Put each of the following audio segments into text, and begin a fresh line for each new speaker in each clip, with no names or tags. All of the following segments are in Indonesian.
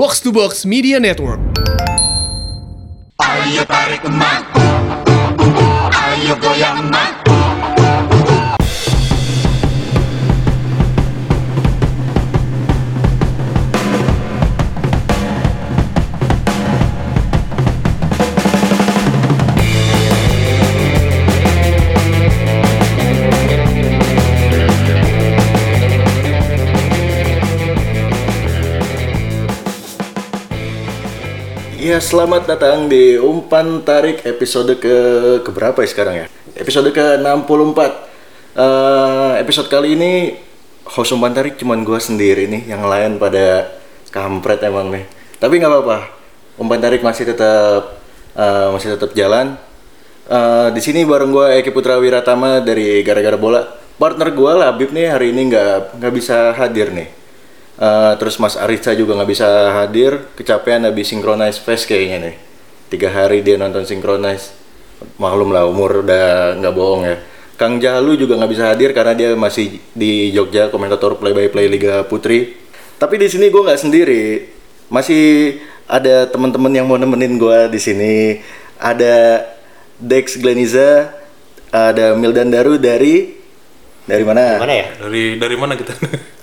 Box to Box Media Network.
Ayo tarik emak, ayo goyang emak.
Ya, selamat datang di Umpan Tarik episode keberapa ya sekarang ya? Episode ke-64. Episode kali ini host Umpan Tarik cuman gue sendiri nih, yang lain pada kampret emang nih. Tapi nggak apa-apa, Umpan Tarik masih tetap jalan. Di sini bareng gue Eki Putra Wiratama dari Gara-Gara Bola. Partner gue Labib nih hari ini nggak bisa hadir nih. Terus Mas Aritsa juga nggak bisa hadir, kecapean habis Synchronize Fest kayaknya nih. 3 hari dia nonton Synchronize. Maklum lah, umur udah nggak bohong ya. Kang Jalu juga nggak bisa hadir karena dia masih di Jogja, komentator play-by-play Liga Putri. Tapi di sini gue nggak sendiri, masih ada teman-teman yang mau nemenin gue di sini. Ada Dex Gleniza, ada Mildan Daru dari mana?
Mana ya? Dari mana kita?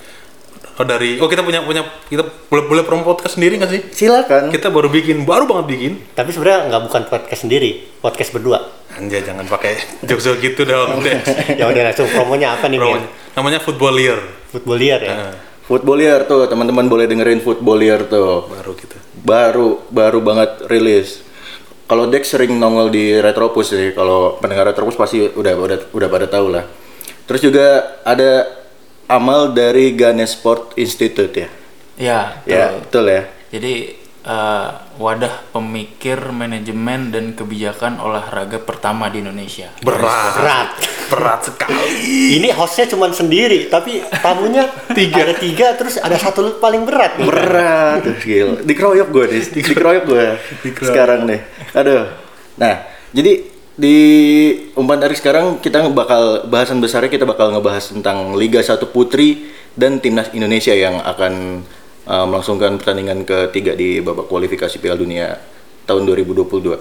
Kita punya kita boleh promo podcast sendiri nggak sih?
Silakan.
Kita baru banget bikin.
Tapi sebenarnya bukan podcast sendiri, podcast berdua.
Anjay, jangan pakai jokes gitu dong.
Ya udah langsung promonya apa nih?
Namanya Footballier.
Footballier ya.
Footballier tuh, teman-teman boleh dengerin Footballier tuh.
Baru kita.
Baru banget rilis. Kalau Dex sering nongol di Retropus sih. Kalau pendengar Retropus pasti udah pada tahu lah. Terus juga ada Amal dari Ganes Sport Institute ya.
Ya,
betul ya.
Jadi wadah pemikir manajemen dan kebijakan olahraga pertama di Indonesia.
Berat sekali.
Ini hostnya cuma sendiri, tapi tamunya ada 3, terus ada satu paling berat nih.
Berat, gila. Dikeroyok gue nih, dikeroyok gue sekarang nih. Aduh. Nah, jadi di Umpan Tarik sekarang kita bahasan besarnya kita bakal ngebahas tentang Liga 1 Putri dan Timnas Indonesia yang akan melangsungkan pertandingan ketiga di babak kualifikasi Piala Dunia tahun 2022.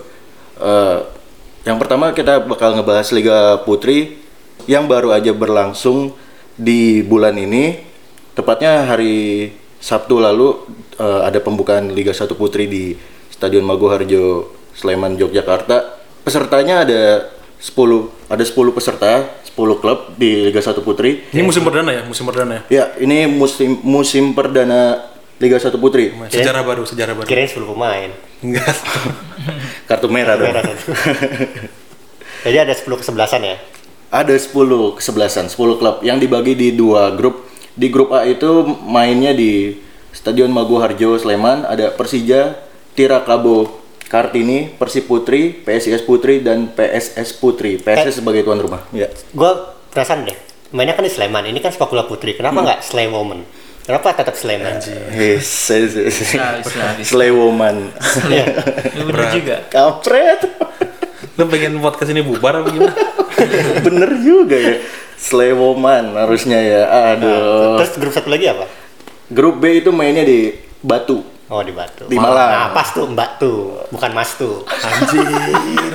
Yang pertama kita bakal ngebahas Liga Putri yang baru aja berlangsung di bulan ini. Tepatnya hari Sabtu lalu ada pembukaan Liga 1 Putri di Stadion Maguwoharjo, Sleman, Yogyakarta. Pesertanya ada 10 peserta, 10 klub di Liga 1 Putri.
Ini musim perdana ya?
Ya, ini musim perdana Liga 1 Putri.
Sejarah baru.
Kirain 10 pemain.
Enggak.
Kartu merah dong.
Jadi ada 10 kesebelasan ya?
Ada 10 kesebelasan, 10 klub yang dibagi di 2 grup. Di grup A itu mainnya di Stadion Maguwoharjo, Sleman, ada Persija, Tirakabo, Kartini, Persib Putri, PSIS Putri, dan PSS Putri. PSS sebagai tuan rumah. Ya.
Gue penasaran deh, mainnya kan di Sleman, ini kan sepak bola putri, kenapa nggak Slewoman? Kenapa tetap Sleman?
Slewoman.
Iya, bener juga.
Kampret.
Lu pengen podcast ini bubar apa gimana?
Bener juga ya. Slewoman harusnya ya. Aduh.
Terus grup satu lagi apa?
Grup B itu mainnya di Batu.
Oh, di Batu.
Di Malang.
Nah, pas tuh Mbak tuh, bukan Mas tuh.
Anjir.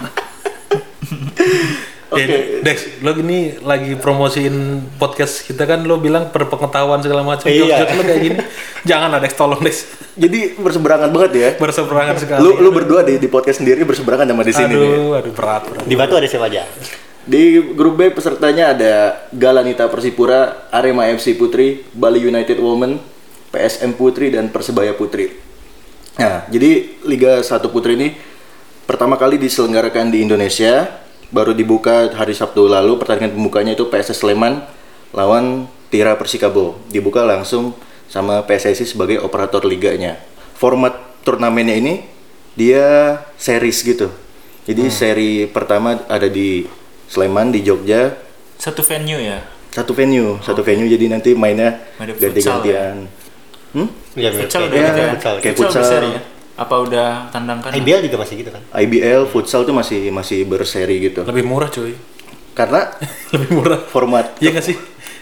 Oke, Dex, lo gini lagi promosiin podcast kita kan, lo bilang berpengetahuan segala macam.
Iya.
Lo kayak gini. Janganlah Dex, tolong Dex.
Jadi berseberangan banget ya.
Berseberangan sekali.
Lu berdua di podcast sendiri berseberangan sama di sini nih.
Aduh, berat.
Di Batu ada siapa aja?
Di grup B pesertanya ada Galanita Persipura, Arema FC Putri, Bali United Women, PSM Putri, dan Persebaya Putri. Nah, jadi Liga 1 Putri ini pertama kali diselenggarakan di Indonesia, baru dibuka hari Sabtu lalu. Pertandingan pembukanya itu PSS Sleman lawan Tira Persikabo. Dibuka langsung sama PSSI sebagai operator liganya. Format turnamennya ini dia series gitu. Jadi seri pertama ada di Sleman, di Jogja.
Satu venue ya?
Satu venue, jadi nanti mainnya ganti-gantian.
Iya,
Futsal
kayak
udah
futsal.
Kayak
futsal
futsal.
berseri ya? Apa udah tandangkan?
IBL juga masih gitu kan?
IBL futsal tuh masih berseri gitu.
Lebih murah cuy.
Karena
Lebih murah.
format
Iya nggak sih?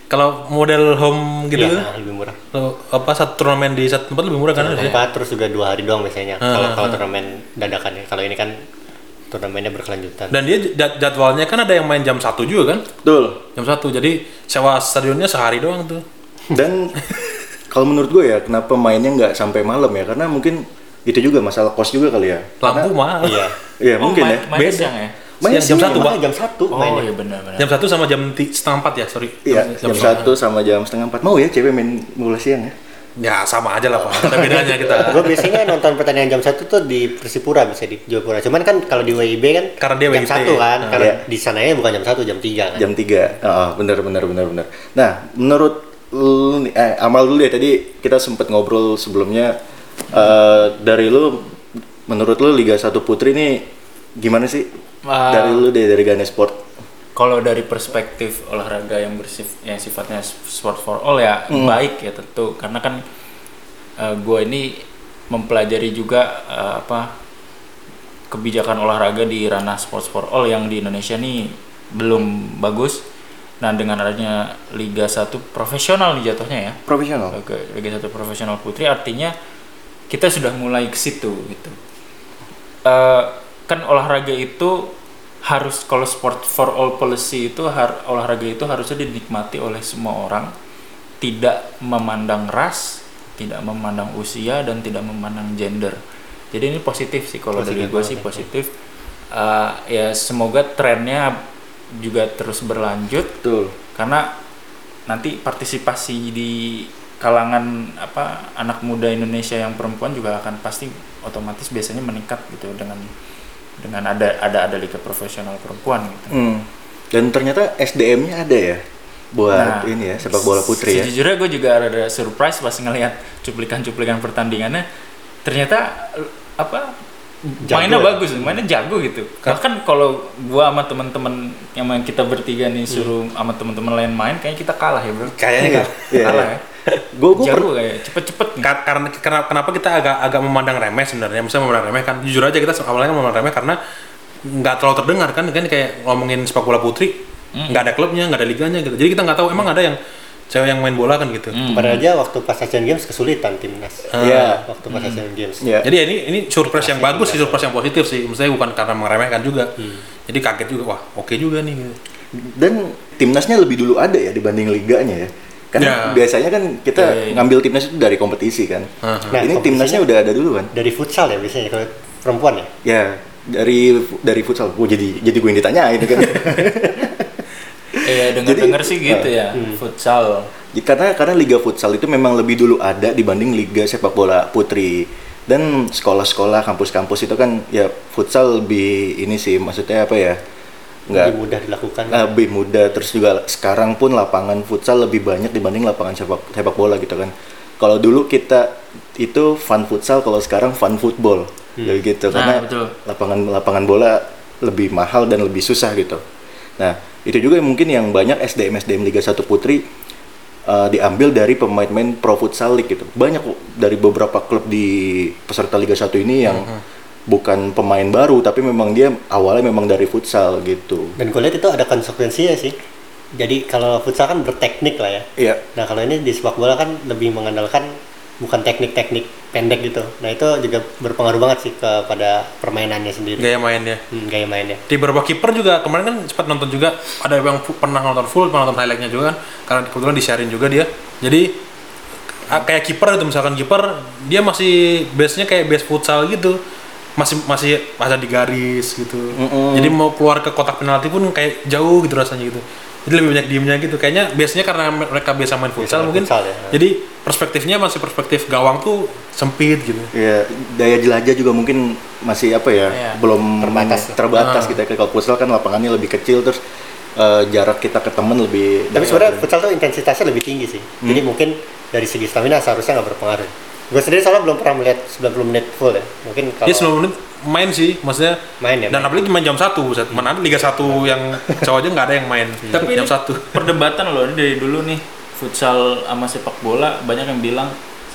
Kalau model home gitu
Iya, lebih murah.
lo satu turnamen di satu tempat lebih murah kan harusnya?
Tempat terus juga 2 hari doang biasanya. Kalau turnamen dadakan ya. Kalau ini kan turnamennya berkelanjutan.
Dan dia jadwalnya kan ada yang main jam 1 juga kan?
Betul.
Jam 1. Jadi sewa stadionnya sehari doang tuh.
Dan kalau menurut gue ya, kenapa mainnya nggak sampai malam ya? Karena mungkin itu juga masalah kos juga kali ya.
Lampu mahal.
Iya.
Iya mungkin ya.
Main siang ya?
Main
Jam
siang,
1, Pak.
Jam 1
Oh
mainnya.
iya benar-benar.
Jam 1 sama jam setengah 4 ya, sorry.
Iya, jam 1 sama jam setengah 4. Mau ya cewek main bola siang ya?
Ya sama aja lah Pak. Ada bedanya kita.
Gue biasanya nonton pertandingan jam 1 tuh di Persipura, bisa di Jayapura. Cuman kan kalau di WIB kan
Karena dia
jam
WIB.
1 kan. Karena
Iya.
di sananya bukan jam 1, jam 3 kan.
Jam 3. Bener. Nah, menurut lu nih, Amal dulu ya, tadi kita sempat ngobrol sebelumnya. Dari lu, menurut lu Liga 1 Putri ini gimana sih? Dari lu deh, dari Ganes Sport.
Kalau dari perspektif olahraga yang yang sifatnya sport for all ya baik ya tentu, karena kan gue ini mempelajari juga kebijakan olahraga di ranah sport for all yang di Indonesia nih belum bagus. Nah dengan adanya Liga 1 profesional nih jatuhnya ya,
Profesional.
Liga 1 profesional putri, artinya kita sudah mulai ke situ gitu. Kan olahraga itu harus, kalau sport for all policy itu olahraga itu harusnya dinikmati oleh semua orang, tidak memandang ras, tidak memandang usia, dan tidak memandang gender. Jadi ini positif sih kalau dari gue sih positif. Ya semoga trennya juga terus berlanjut.
Betul.
Karena nanti partisipasi di kalangan anak muda Indonesia yang perempuan juga akan pasti otomatis biasanya meningkat gitu dengan ada liga profesional perempuan gitu.
Dan ternyata SDM-nya ada ya buat ini ya, sepak bola putri ya.
Sejujurnya gue juga ada surprise pas ngelihat cuplikan pertandingannya. Ternyata mainnya bagus, mainnya jago gitu. Bahkan kalau gua sama teman-teman yang kita bertiga nih suruh sama teman-teman lain main, kayaknya kita kalah ya, Bro.
Kayaknya
Kalah ya.
Gue
Jago kayak cepet-cepet nih.
karena kenapa kita agak memandang remeh sebenarnya, misalnya memandang remeh kan, jujur aja kita awalnya memandang remeh karena nggak terlalu terdengar kan kayak ngomongin sepak bola putri nggak ada klubnya, nggak ada liganya gitu, jadi kita nggak tahu emang ada yang cewek yang main bola kan gitu.
Padahal aja waktu pas Asian Games kesulitan timnas.
Iya.
Waktu pas Asian Games.
Iya.
Jadi ini surprise yang bagus sih, surprise yang positif sih, maksudnya bukan karena meremehkan juga. Jadi kaget juga, wah oke juga nih gitu.
Dan timnasnya lebih dulu ada ya dibanding liganya ya. Karena biasanya kan kita ngambil timnas itu dari kompetisi kan.
Nah,
Ini timnasnya udah ada dulu kan.
Dari futsal ya biasanya kalau perempuan ya.
Ya, dari futsal. Jadi gue yang ditanyain kan.
Dengar sih gitu ya, futsal.
Karena liga futsal itu memang lebih dulu ada dibanding liga sepak bola putri. Dan sekolah-sekolah, kampus-kampus itu kan ya futsal lebih ini sih, maksudnya apa ya?
Lebih mudah dilakukan.
Lebih mudah, terus juga sekarang pun lapangan futsal lebih banyak dibanding lapangan sepak bola gitu kan. Kalau dulu kita itu fun futsal, kalau sekarang fun football gitu. Karena
betul.
lapangan bola lebih mahal dan lebih susah gitu. Nah, itu juga mungkin yang banyak SDM Liga 1 Putri diambil dari pemain-pemain Pro Futsal League gitu. Banyak dari beberapa klub di peserta Liga 1 ini yang bukan pemain baru, tapi memang dia awalnya memang dari futsal gitu.
Dan gue lihat itu ada konsekuensinya sih. Jadi kalau futsal kan berteknik lah ya.
Iya.
Nah kalau ini di sepak bola kan lebih mengandalkan bukan teknik-teknik pendek gitu. Nah itu juga berpengaruh banget sih kepada permainannya sendiri.
Gaya mainnya.
Gaya mainnya.
Di beberapa kiper juga kemarin kan sempat nonton juga, ada yang pernah nonton full, pernah nonton highlightnya juga kan, karena kebetulan di-sharein juga dia. Jadi kayak kiper itu, misalkan kiper dia masih base-nya kayak base futsal gitu, masih ada di garis gitu. Jadi mau keluar ke kotak penalti pun kayak jauh gitu rasanya gitu. Jadi lebih banyak diemnya gitu. Kayaknya biasanya karena mereka biasa main futsal mungkin.
Futsal, ya.
Jadi perspektifnya masih perspektif gawang tuh sempit gitu.
Iya, daya jelajah juga mungkin masih apa ya, belum terbatas gitu ya. Kalau futsal kan lapangannya lebih kecil, terus jarak kita ke temen lebih.
Tapi sebenarnya futsal tuh intensitasnya lebih tinggi sih. Jadi mungkin dari segi stamina seharusnya nggak berpengaruh. Gue sendiri soalnya belum pernah melihat 90 menit full ya. Mungkin kalau
90 menit main sih, maksudnya
main ya.
dan apalagi main jam 1, mana ada Liga 1 yang cowok aja nggak ada yang main.
Tapi
jam
ini
1.
perdebatan loh, ini dari dulu nih, futsal sama sepak bola banyak yang bilang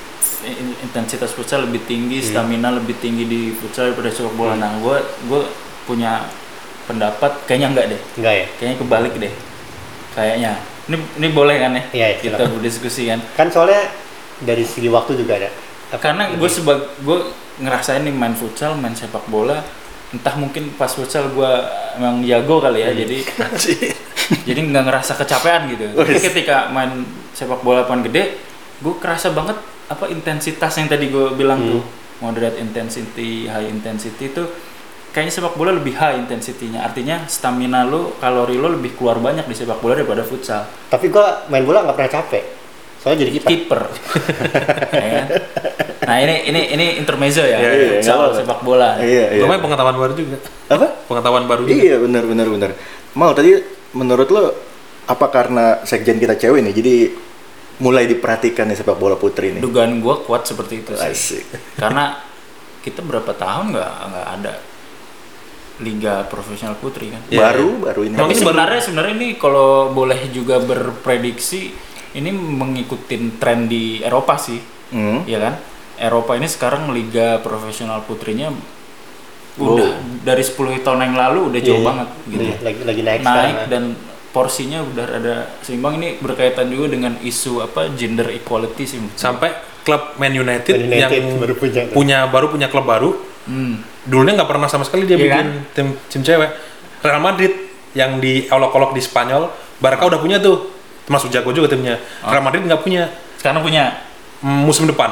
intensitas futsal lebih tinggi, stamina lebih tinggi di futsal daripada sepak bola. Nah, gue punya pendapat kayaknya enggak deh.
Enggak ya.
Kayaknya kebalik deh. Kayaknya. Ini boleh kan ya?
Iya,
Kita
silakan.
berdiskusi kan.
Kan soalnya dari segi waktu juga ada.
Karena gue ngerasain nih main futsal, main sepak bola, entah mungkin pas futsal gue emang jago kali ya, jadi nggak ngerasa kecapean gitu. Tapi ketika main sepak bola lapangan gede, gue kerasa banget apa intensitas yang tadi gue bilang tuh, moderate intensity, high intensity itu kayaknya sepak bola lebih high intensity-nya. Artinya stamina lo, kalori lo lebih keluar banyak di sepak bola daripada futsal.
Tapi gua main bola nggak pernah capek. Soalnya jadi kiper.
Kiper. Ya kan? Nah ini intermezzo ya,
Iya,
futsal,
nggak apa-apa.
sepak bola.
Iya.
Lumayan pengetahuan baru juga.
Apa?
Pengetahuan baru juga.
Iya, benar. Mal, tadi menurut lo apa karena sekjen kita cewek nih, jadi mulai diperhatikan nih sepak bola putri nih?
Dugaan gue kuat seperti itu sih.
Asik.
Karena kita berapa tahun nggak ada liga profesional putri kan.
Iya,
Baru ini.
Emang
Tapi
ini
sebenarnya ini kalau boleh juga berprediksi, ini mengikuti tren di Eropa sih, ya kan? Eropa ini sekarang liga profesional putrinya udah dari 10 tahun yang lalu udah jauh
Iya,
banget gitu.
Lagi naik sekarang.
Dan porsinya udah ada seimbang. Ini berkaitan juga dengan isu apa gender equality sih.
Sampai klub Man United,
Man United
yang
baru
punya klub baru.
Hmm.
Dulunya nggak pernah sama sekali dia
Iya
bikin tim cewek. Real Madrid yang diolok-olok di Spanyol, Barca udah punya tuh, termasuk jago juga timnya. Real Madrid nggak punya.
Sekarang punya
Musim depan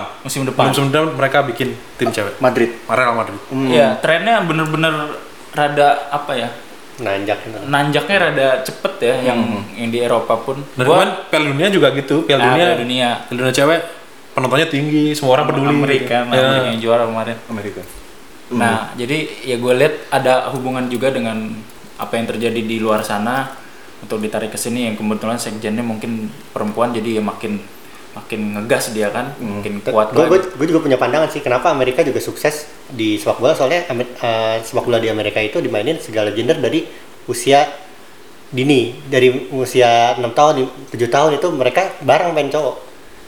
mereka bikin tim cewek.
Madrid.
Real Madrid.
ya trennya bener-bener rada apa ya,
Nanjak.
nanjaknya rada cepet ya yang di Eropa pun.
Dan kemarin Piala Dunia juga gitu. Piala Dunia cewek penontonnya tinggi, semua orang peduli.
Amerika yang juara kemarin.
Amerika.
Nah, jadi ya gue lihat ada hubungan juga dengan apa yang terjadi di luar sana untuk ditarik ke sini, yang kebetulan sekjennya mungkin perempuan, jadi ya makin ngegas dia kan, makin kuat lagi.
Gue juga punya pandangan sih kenapa Amerika juga sukses di sepak bola, soalnya sepak bola di Amerika itu dimainin segala gender dari usia dini, dari usia 6 tahun, 7 tahun itu mereka bareng main cowok,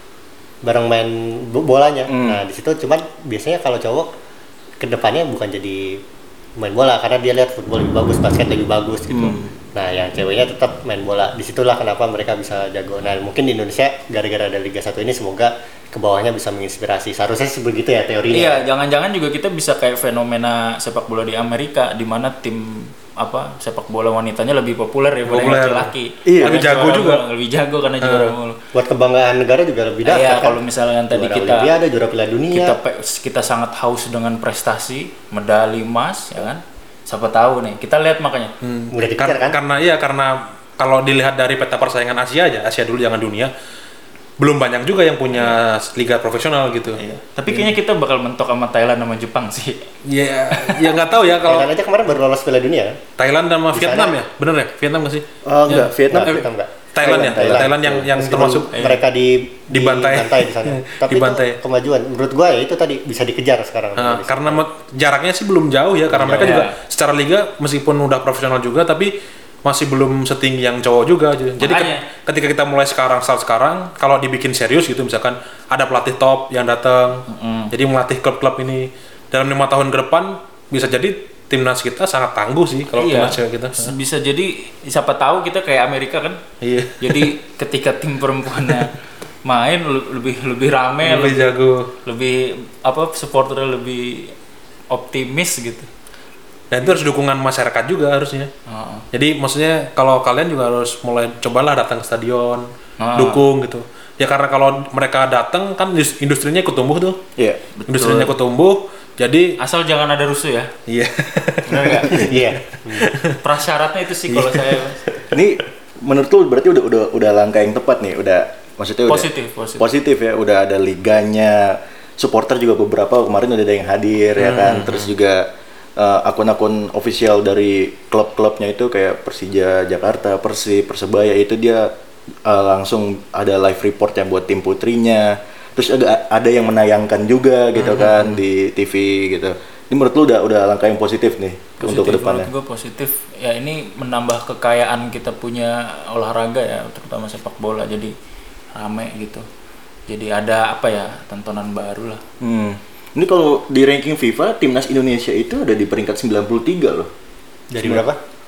bareng main bolanya. Nah di situ cuman biasanya kalau cowok kedepannya bukan jadi main bola karena dia lihat football lebih bagus, basket lebih bagus gitu. Nah yang ceweknya tetap main bola. Disitulah kenapa mereka bisa jago. Nah mungkin di Indonesia gara-gara ada Liga 1 ini semoga ke bawahnya bisa menginspirasi. Seharusnya sih begitu ya teorinya.
Iya, jangan-jangan juga kita bisa kayak fenomena sepak bola di Amerika, di mana tim sepak bola wanitanya lebih populer daripada yang laki-laki.
Iya,
lebih jago juga.
Lebih jago karena juara mulu.
Buat kebanggaan negara juga lebih dapat.
Iya,
kan?
kalau misalnya tadi
Juara
kita
Olimpiade, juara Piala Dunia.
kita sangat haus dengan prestasi, medali emas, ya kan? Siapa tahu nih, kita lihat makanya.
Mudah dikejar kan?
Karena kalau dilihat dari peta persaingan Asia dulu, jangan dunia, belum banyak juga yang punya liga profesional gitu.
Tapi kayaknya kita bakal mentok sama Thailand sama Jepang sih.
Ya nggak tahu ya kalau
Thailand aja kemarin baru lolos Piala Dunia kan?
Thailand sama
Di
Vietnam
sana.
ya, bener ya? Vietnam nggak sih?
Oh enggak, Vietnam.
Vietnam enggak.
Thailand ya, Thailand yang
Meskipun
termasuk
mereka
dibantai.
di sana. Tapi
Dibantai.
itu kemajuan. Menurut gua ya itu tadi bisa dikejar sekarang.
Karena jaraknya sih belum jauh ya, karena mereka
jauh.
juga secara liga meskipun udah profesional juga tapi masih belum setinggi yang cowok juga. Jadi
Makanya.
ketika kita mulai start sekarang, kalau dibikin serius gitu, misalkan ada pelatih top yang datang, jadi melatih klub-klub ini dalam 5 tahun ke depan, bisa jadi timnas kita sangat tangguh sih kalau timnas cewek kita.
Bisa jadi siapa tahu kita kayak Amerika kan.
Iya.
Jadi ketika tim perempuannya main lebih rame,
Lebih jago.
lebih supporternya lebih optimis gitu.
Dan itu harus dukungan masyarakat juga harusnya. Jadi maksudnya kalau kalian juga harus mulai cobalah datang ke stadion, dukung gitu. Ya karena kalau mereka datang kan industrinya ikut tumbuh tuh.
Iya.
Industrinya ikut tumbuh. Jadi
Asal jangan ada rusuh ya.
iya.
Benar nggak?
Iya.
Prasyaratnya itu sih kalau saya.
Ini menurut lu berarti udah langkah yang tepat nih, udah maksudnya udah
Positif.
ya, udah ada liganya, supporter juga beberapa kemarin udah ada yang hadir ya kan, terus juga akun-akun official dari klub-klubnya itu kayak Persija Jakarta, Persib, Persebaya itu dia langsung ada live report yang buat tim putrinya, terus ada yang menayangkan juga gitu kan di TV gitu. Ini menurut lu udah langkah yang positif nih untuk kedepannya?
Menurut gue positif. Ya ini menambah kekayaan kita punya olahraga ya, terutama sepak bola, jadi rame gitu. Jadi ada tontonan baru lah.
Ini kalau di ranking FIFA timnas Indonesia itu ada di peringkat 93 loh.
Dari berapa?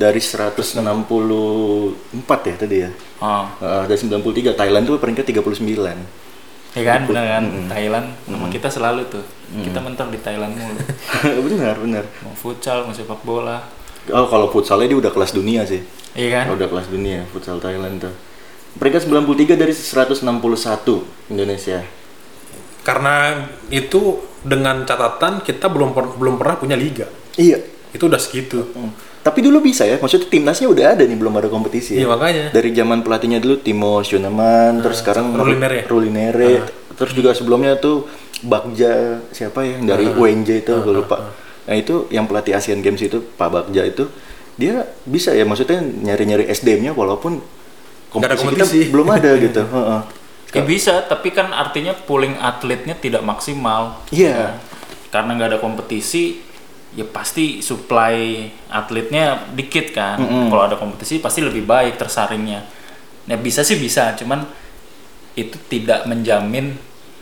dari 164 ya tadi ya.
Oh.
Dari 93, Thailand tuh peringkat 39.
Ya kan, benar kan? Thailand sama kita selalu tuh. Kita mentok di Thailand mulu.
benar.
Mau futsal, mau sepak bola.
Oh, kalau futsalnya dia udah kelas dunia sih.
Iya kan?
Udah kelas dunia futsal Thailand tuh. Peringkat 93 dari 161 Indonesia.
Karena itu dengan catatan kita belum pernah punya liga.
Iya.
Itu udah segitu.
Tapi dulu bisa ya, maksudnya timnasnya udah ada nih, belum ada kompetisi.
Iya,
Ya?
makanya.
Dari zaman pelatihnya dulu Timo Schuneman, terus sekarang Rulinere. Terus juga sebelumnya tuh Bagja siapa ya yang dari UNJ itu gue lupa. Nah itu yang pelatih Asian Games itu Pak Bagja itu dia bisa ya, maksudnya nyari-nyari SDM-nya walaupun
Nggak ada
kompetisi kita belum ada gitu.
Ya bisa, tapi kan artinya pooling atletnya tidak maksimal.
Iya.
Karena nggak ada kompetisi, ya pasti supply atletnya dikit kan. Kalau ada kompetisi pasti lebih baik tersaringnya. Nah bisa sih bisa, cuman itu tidak menjamin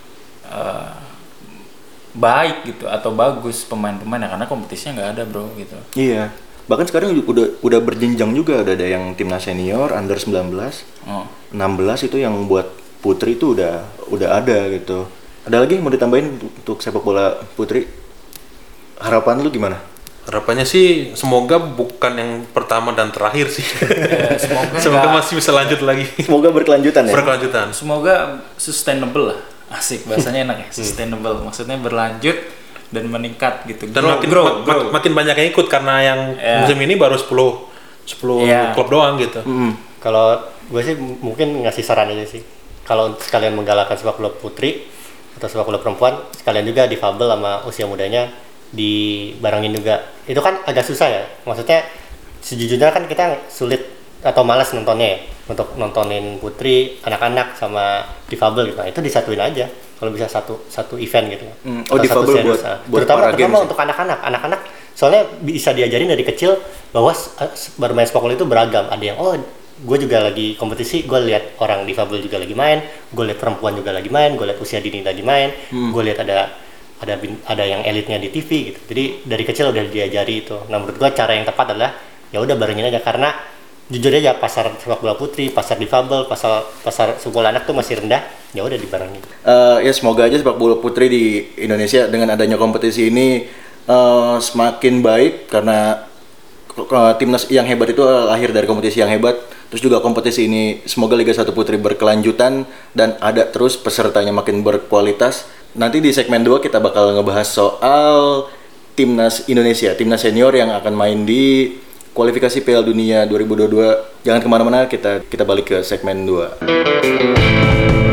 baik gitu atau bagus pemain-pemainnya karena kompetisinya nggak ada bro gitu.
Iya. Bahkan sekarang udah berjenjang juga, ada yang timnas senior under 19, 16 itu yang buat putri itu udah ada gitu. Ada lagi yang mau ditambahin untuk sepak bola putri? Harapan lu gimana?
Harapannya sih semoga bukan yang pertama dan terakhir sih.
Ya,
Semoga masih bisa lanjut lagi.
Semoga berkelanjutan ya.
Berkelanjutan.
Semoga sustainable lah. Asik bahasanya enak ya, sustainable. Maksudnya berlanjut dan meningkat gitu.
Dan makin banyak yang ikut karena yang musim ini baru 10 klub doang gitu.
Kalau gue sih mungkin ngasih saran aja sih. Kalau sekalian menggalakkan sepak bola putri atau sepak bola perempuan, sekalian juga difabel sama usia mudanya dibarengin juga. Itu kan agak susah ya. Maksudnya sejujurnya kan kita sulit atau malas nontonnya ya. Untuk nontonin putri, anak-anak sama difabel gitu. Nah, itu disatuin aja. Kalau bisa satu event gitu.
Oh, difabel buat
terutama untuk anak-anak. Anak-anak soalnya bisa diajarin dari kecil bahwa bermain sepak bola itu beragam. Ada yang gue juga lagi kompetisi, gue lihat orang difabel juga lagi main, gue lihat perempuan juga lagi main, gue lihat usia dini lagi main, gue lihat ada yang elitnya di TV gitu. Jadi dari kecil udah diajari itu. Nah menurut gue cara yang tepat adalah ya udah barengin aja, karena jujur aja pasar sepak bola putri, pasar difabel, pasar sepak bola anak tuh masih rendah. Ya udah dibarengin.
Ya semoga aja sepak bola putri di Indonesia dengan adanya kompetisi ini semakin baik, karena timnas yang hebat itu lahir dari kompetisi yang hebat. Terus juga kompetisi ini semoga Liga 1 Putri berkelanjutan dan ada terus pesertanya makin berkualitas. Nanti di segmen 2 kita bakal ngebahas soal timnas Indonesia, timnas senior yang akan main di kualifikasi Piala Dunia 2022. Jangan kemana-mana, kita balik ke segmen 2.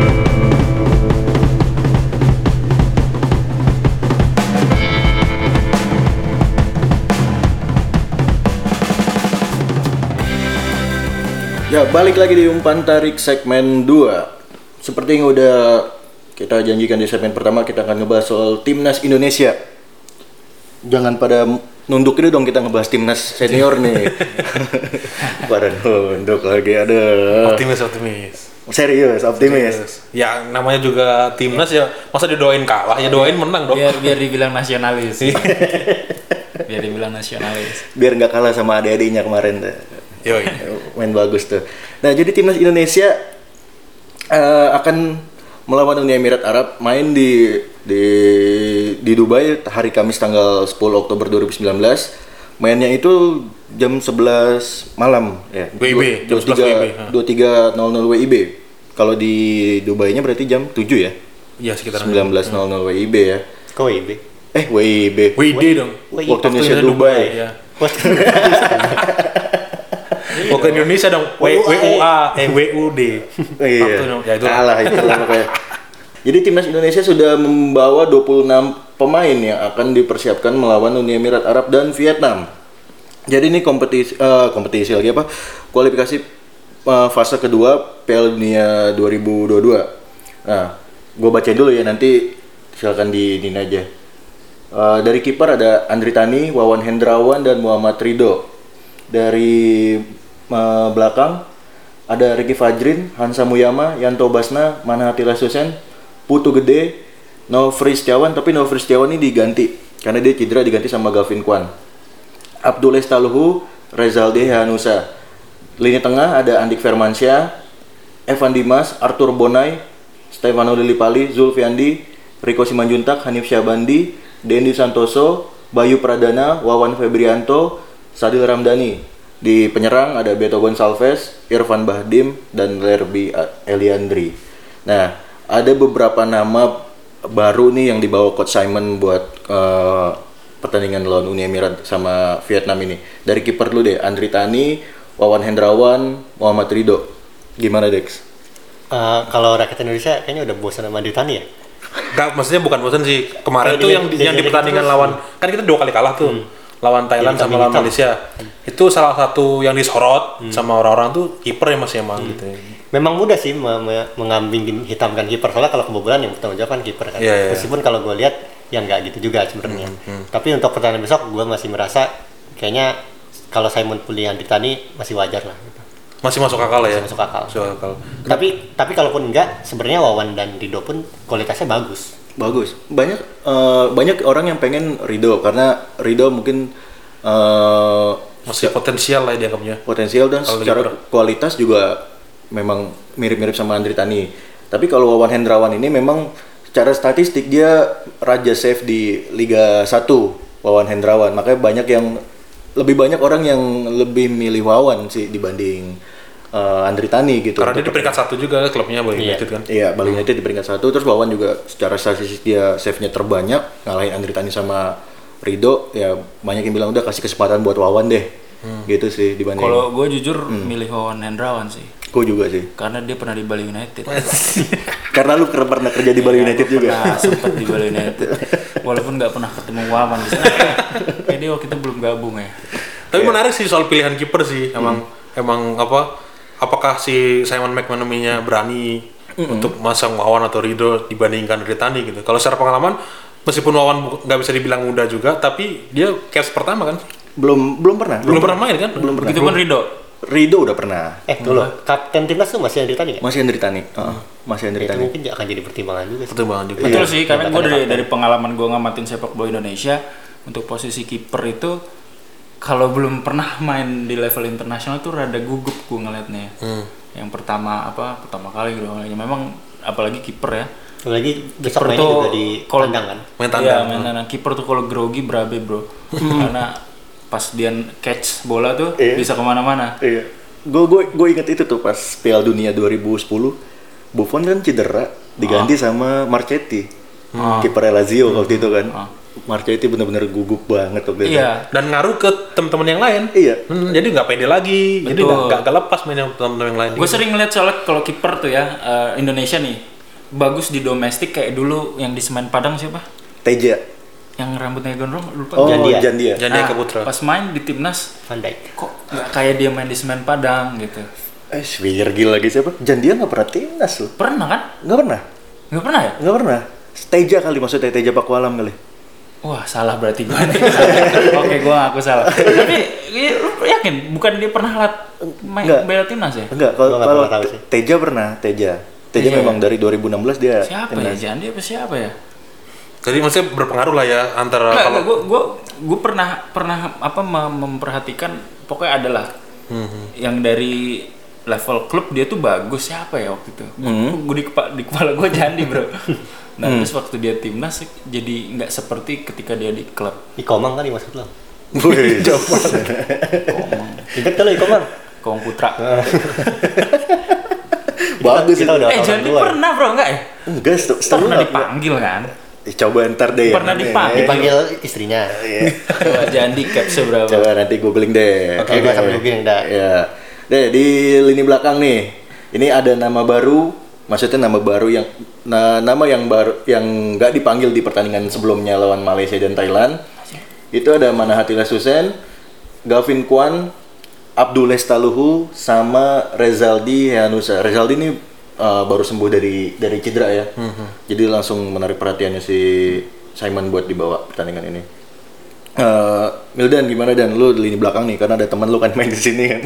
Ya, balik lagi di Umpan Tarik segmen 2. Seperti yang udah kita janjikan di segmen pertama, kita akan ngebahas soal timnas Indonesia. Jangan pada nunduk itu dong, kita ngebahas timnas senior nih. Pada nunduk lagi, ada.
Optimis.
Serius, optimis.
Ya namanya juga timnas ya, masa didoain kalah, ya doain menang dong.
Biar dibilang nasionalis. Biar dibilang nasionalis.
Biar nggak kalah sama adik-adiknya kemarin tuh.
Yoi.
Main bagus tuh. Nah, jadi timnas Indonesia akan melawan Uni Emirat Arab, main di Dubai hari Kamis tanggal 10 Oktober 2019. Mainnya itu jam 11 malam ya.
WIB, jam
23.00 WIB. Kalau di Dubai-nya berarti jam 7 ya.
Iya, sekitar
19.00 WIB ya.
Kok WIB?
WIB.
WID dong.
Waktu Indonesia Dubai.
Ya. Waktu Indonesia dong. WUD.
Iya.
Ya, itu.
Kalah itu pokoknya. Jadi timnas Indonesia sudah membawa 26 pemain yang akan dipersiapkan melawan Uni Emirat Arab dan Vietnam. Jadi ini kompetisi lagi apa? Kualifikasi fase kedua Piala Dunia 2022. Nah, gue bacain dulu ya, nanti silakan diinin aja. Dari kiper ada Andri Tani, Wawan Hendrawan, dan Muhammad Ridho. Dari belakang ada Ricky Fajrin, Hansa Muyama, Yanto Basna, Manhati Lasusen, Putu Gede, Nofri Setiawan. Tapi Nofri Setiawan ini diganti karena dia cedera, diganti sama Gavin Kwan. Abdul Estaluhu, Rezaldi Hanusa. Lini tengah ada Andik Firmansyah, Evan Dimas, Arthur Bonai, Stefano Lillipali, Zulfiandi, Riko Simanjuntak, Hanif Syahbandi, Dendi Santoso, Bayu Pradana, Wawan Febrianto, Sadil Ramdhani. Di penyerang ada Beto Gonçalves, Irfan Bahdim, dan Lerby Eliandri. Nah, ada beberapa nama baru nih yang dibawa Coach Simon buat pertandingan lawan Uni Emirat sama Vietnam ini. Dari kiper dulu deh, Andri Tani, Wawan Hendrawan, Muhammad Ridho. Gimana Dex?
Kalau rakyat Indonesia kayaknya udah bosan sama Andri Tani ya.
Enggak, maksudnya bukan bosan sih. Kemarin
Kayak
tuh
di-
yang di
di-
pertandingan
terus.
lawan, kan kita 2 kali kalah tuh. Lawan Thailand
Jadi
sama
kambing
lawan
hitam.
Malaysia. Itu salah satu yang disorot sama orang-orang tuh kiper ya masih emang gitu.
Memang mudah sih mengambing hitamkan kiper, soalnya kalau kebobolan yang bertanggung jawab kan kiper kan.
Iya, iya.
Meskipun kalau gue lihat yang nggak gitu juga sebenarnya. Tapi untuk pertandingan besok gue masih merasa kayaknya kalau Simon pilih Andri Tani masih wajar lah. Gitu.
Masih masuk akal ya.
Masih masuk akal.
Masuk akal.
Tapi kalaupun enggak, sebenarnya Wawan dan Ridho pun kualitasnya bagus.
Bagus. Banyak orang yang pengen Ridho karena Ridho mungkin
Masih potensial lah dianggapnya.
potensial dan
Kalau
secara
kiper.
kualitas juga memang mirip-mirip sama Andri Tani. Tapi kalau Wawan Hendrawan ini memang secara statistik dia raja save di Liga 1, Wawan Hendrawan. Makanya lebih banyak orang yang lebih milih Wawan sih dibanding Andri Tani gitu.
Karena dia di peringkat 1 juga klubnya Bali
Iya.
United kan.
Iya, Bali United di peringkat 1, terus Wawan juga secara statistik dia save-nya terbanyak, ngalahin Andri Tani sama Ridho. Ya banyak yang bilang udah kasih kesempatan buat Wawan deh. Gitu sih dibanding.
Kalau gue jujur milih Wawan Hendrawan sih,
Gue juga sih.
karena dia pernah di Bali United.
Karena lu pernah kerja di Bali United juga.
Pernah sempat di Bali United, walaupun nggak pernah ketemu Wawan di sana. Kayak dia waktu itu belum gabung ya.
Tapi menarik sih soal pilihan kiper sih. Emang apakah si Simon McManamy-nya berani untuk masang Wawan atau Ridho dibandingkan Andri Tani gitu. Kalau secara pengalaman meskipun Wawan nggak bisa dibilang muda juga, tapi dia caps pertama kan.
Belum pernah.
Belum pernah main kan?
Belum pernah.
Begitu pun Ridho.
Ridho udah pernah.
Dulu kapten timnas tuh masih Andri Tani nggak?
Masih Andri Tani. Masih Andri
Itu
Tani.
mungkin akan jadi pertimbangan juga sih.
Pertimbangan juga.
Betul
Iya.
sih, karena gue
Ada
dari pengalaman gue ngamatin sepak bola Indonesia, untuk posisi kiper itu kalau belum pernah main di level internasional tuh rada gugup gue ngeliatnya. Yang pertama kali kedua kalinya memang apalagi kiper ya.
Lagi besok
Kiper
mainnya
tuh
juga di
kalau-
kandang kan.
Main
Iya,
tandang.
main tandang. Kiper tuh kalau grogi berabe bro, karena pas dia catch bola tuh
Iya.
bisa kemana-mana.
Iya. Gue inget itu tuh pas Piala Dunia 2010, Buffon kan cedera, diganti sama Marchetti. Kiper Lazio waktu itu kan. Marchetti bener-bener gugup banget waktu itu.
Iya,
Dan ngaruh ke teman-teman yang lain.
Iya.
Jadi nggak pede lagi. Jadi
Betul.
nggak lepas main yang teman-teman yang lain.
gue sering ngeliat soalnya kalau kiper tuh ya Indonesia nih bagus di domestik kayak dulu yang di Semen Padang siapa?
Teja.
Yang rambutnya gondrong lupa.
Oh,
Jandia.
Jandia.
Jandia
Nah,
Keputra.
pas main di timnas
Van Dijk.
kok nggak kayak dia main di Semen Padang gitu.
Virgil lagi siapa? Jandia nggak pernah timnas loh.
Pernah kan?
Nggak pernah.
Nggak pernah ya?
Nggak pernah. Teja kali maksudnya, Teja Pakualam kali.
Wah salah berarti gue nih. Oke gue ngaku salah. Tapi lu yakin bukan dia pernah main
Nggak.
bela timnas ya?
Enggak,
Gua nggak
kalau
pernah tahu sih.
Teja pernah, Teja
Iya,
memang
iya.
dari 2016 dia
Siapa ya?
timnas.
Jangan dia apa siapa ya?
Jadi maksudnya berpengaruh lah ya antara kalau
Gue pernah memperhatikan pokoknya adalah yang dari level klub dia tuh bagus siapa ya waktu itu? Gue di kepala gue Jandi bro. Nah terus waktu dia timnas jadi nggak seperti ketika dia di klub.
Ikomang kali maksud lo?
Wih,
Ingat kalau Ikomang?
Kong Putra.
bagus
Kita
itu.
udah
Jandi
orang tua.
pernah bro nggak ya?
Enggak, setahu
Pernah
nggak?
dipanggil kan?
Coba ntar deh.
Pernah
ya,
dipanggil.
Dipanggil istrinya.
Iya.
Coba Jandi capsnya berapa?
Coba nanti googling deh.
Oke, gua sambil googling dah.
Ya. Deh, di lini belakang nih. Ini ada nama baru, maksudnya nama baru yang nama yang baru yang nggak dipanggil di pertandingan sebelumnya lawan Malaysia dan Thailand. Itu ada Manahaty Lesusen, Gavin Kwan, Abdul Lestaluhu sama Rezaldi Hanusa. Rezaldi ini baru sembuh dari cedera ya. Jadi langsung menarik perhatiannya si Simon buat dibawa pertandingan ini. Mildan gimana Dan? Lu di lini belakang nih karena ada teman lu kan main di sini kan.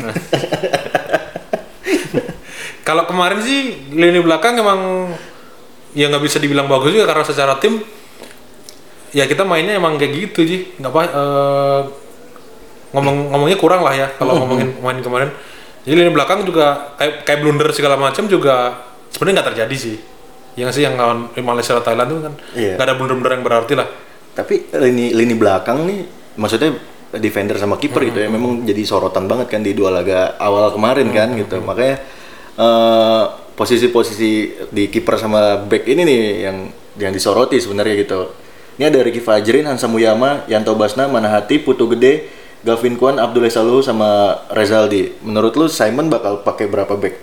Kalau kemarin sih lini belakang emang ya nggak bisa dibilang bagus juga karena secara tim ya kita mainnya emang kayak gitu sih nggak apa ngomongnya kurang lah ya kalau ngomongin main kemarin. Jadi lini belakang juga kayak blunder segala macam juga sebenarnya nggak terjadi sih. Yang sih yang lawan Malaysia atau Thailand itu kan nggak ada blunder-blunder yang berarti lah.
Tapi lini belakang nih, maksudnya defender sama kiper gitu ya, memang jadi sorotan banget kan di 2 laga awal kemarin kan gitu. Makanya posisi-posisi di kiper sama back ini nih yang disoroti sebenarnya gitu. Ini ada Ricky Fajrin, Hansa Muyama, Yanto Basna, Manahati, Putu Gede, Gavin Kwan, Abdullah Saluhu sama Rezaldi. Menurut lu Simon bakal pakai berapa back?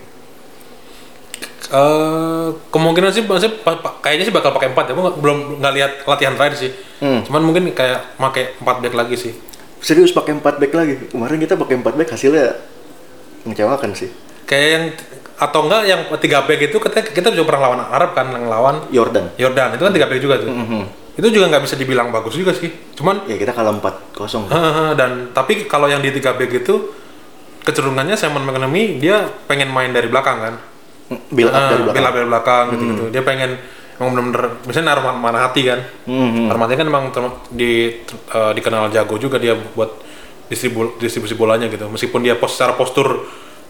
Kemungkinan sih kayaknya sih bakal pakai 4 ya. Gua belum nggak lihat latihan terakhir sih. Cuman mungkin kayak pakai 4 back lagi sih.
Serius pakai 4 back lagi? Kemarin kita pakai 4 back hasilnya mengecewakan sih.
Kayak yang atau enggak yang 3 back itu kita juga pernah lawan Arab kan, yang lawan
Jordan
itu kan 3 back juga tuh. Itu juga nggak bisa dibilang bagus juga sih. Cuman
ya kita kalah 4-0.
dan tapi kalau yang di 3 back itu kecenderungannya Simon McManamy dia pengen main dari belakang kan.
Build up dari
belakang gitu. Dia pengen emang bener-bener misalnya naruh Manahati kan. Manahati kan emang dikenal jago juga dia buat distribusi bolanya gitu. Meskipun dia secara postur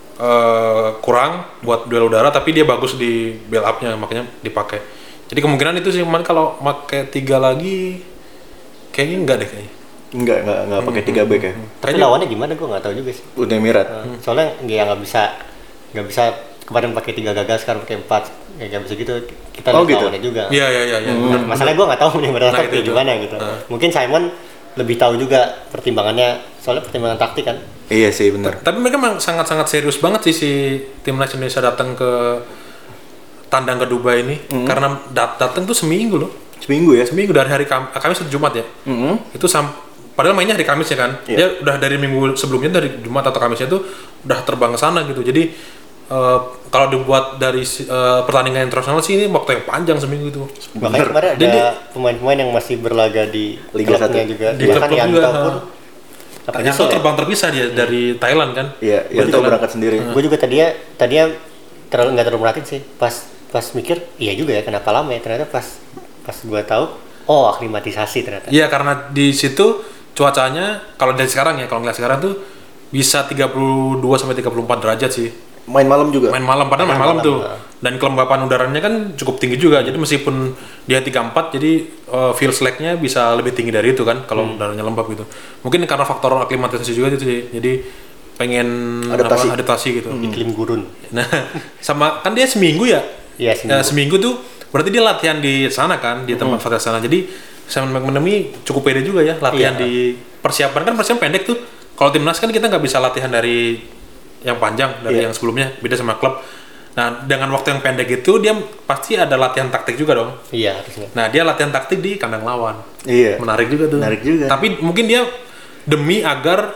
kurang buat duel udara, tapi dia bagus di build up-nya, makanya dipakai. Jadi kemungkinan itu sih, kalau pakai 3 lagi kayaknya enggak deh kayaknya.
Enggak pakai 3 back ya.
Tapi lawannya gimana gue nggak tahu juga sih.
Uni Emirat.
Soalnya nggak bisa kemarin pakai 3 gagal, sekarang pakai 4, nggak bisa gitu. Kita lihat
gitu?
lawannya juga.
Iya.
Masalahnya gue nggak tahu nih
Nah,
kayak
itu
gimana gitu. Mungkin Simon lebih tahu juga pertimbangannya, soalnya pertimbangan taktik kan.
Iya sih benar.
Tapi mereka memang sangat-sangat serius banget sih si timnas Indonesia datang ke tandang ke Dubai ini, karena datang tuh seminggu loh.
Seminggu
Dari hari Kamis atau Jumat ya. Itu padahal mainnya hari Kamis ya kan. Dia udah dari minggu sebelumnya, dari Jumat atau Kamisnya tuh udah terbang ke sana gitu. Jadi kalau dibuat dari pertandingan internasional sih ini waktu yang panjang seminggu itu.
Makanya kemarin ada pemain-pemain yang masih berlaga di
Liga
klubnya
1
juga.
Di klub
Bahkan
juga.
Yanto pun
Yanto terbang terpisah dia dari Thailand kan.
Iya, Yanto berangkat sendiri.
Gue juga tadinya nggak terlalu merhatiin sih. Pas mikir, iya juga ya kenapa lama ya. Ternyata pas gue tahu, aklimatisasi ternyata.
Iya, karena di situ cuacanya kalau dari sekarang ya, kalau ngeliat sekarang tuh bisa 32 sampai 34 derajat sih.
Main malam juga.
Padahal main malam tuh. Dan kelembapan udaranya kan cukup tinggi juga. Jadi meskipun dia 34, jadi feel slack-nya bisa lebih tinggi dari itu kan kalau udaranya lembab gitu. Mungkin karena faktor aklimatisasi juga itu sih. Jadi pengen adaptasi gitu.
Iklim gurun.
Nah, sama kan dia seminggu ya?
Iya, seminggu.
Seminggu tuh berarti dia latihan di sana kan, di tempat Fatah sana. Jadi Simon McManamy cukup pede juga ya latihan di persiapan pendek tuh. Kalau timnas kan kita nggak bisa latihan dari yang panjang dari yang sebelumnya, beda sama klub. Nah, dengan waktu yang pendek itu dia pasti ada latihan taktik juga dong.
Iya, harusnya.
Nah, dia latihan taktik di kandang lawan.
Iya.
Menarik juga tuh.
Menarik juga.
Tapi mungkin dia demi agar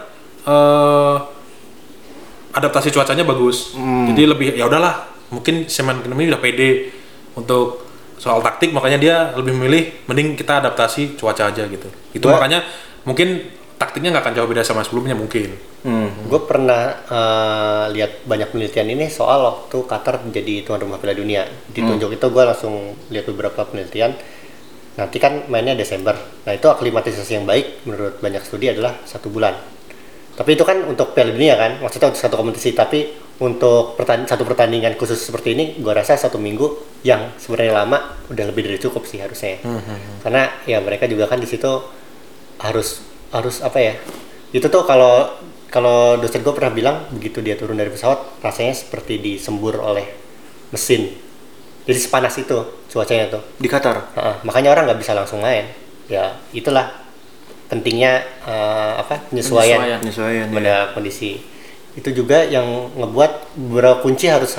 adaptasi cuacanya bagus. Jadi lebih ya udahlah, mungkin Simon McManamy udah pede untuk soal taktik, makanya dia lebih memilih mending kita adaptasi cuaca aja gitu. Itu makanya mungkin taktiknya nggak akan jauh beda sama sebelumnya mungkin.
Gue pernah lihat banyak penelitian ini soal waktu Qatar menjadi tuan rumah Piala Dunia. Ditunjuk itu gue langsung lihat beberapa penelitian. Nanti kan mainnya Desember. Nah itu aklimatisasi yang baik menurut banyak studi adalah 1 bulan. Tapi itu kan untuk Piala Dunia kan, maksudnya untuk satu kompetisi. Tapi untuk satu pertandingan khusus seperti ini, gue rasa 1 minggu yang sebenarnya lama udah lebih dari cukup sih harusnya. Karena ya mereka juga kan di situ harus apa ya? Itu tuh kalau dosen gue pernah bilang begitu dia turun dari pesawat rasanya seperti disembur oleh mesin. Jadi sepanas itu cuacanya tuh
Di Qatar.
makanya orang nggak bisa langsung main. Ya itulah pentingnya penyesuaian pada kondisi. Itu juga yang ngebuat beberapa kunci harus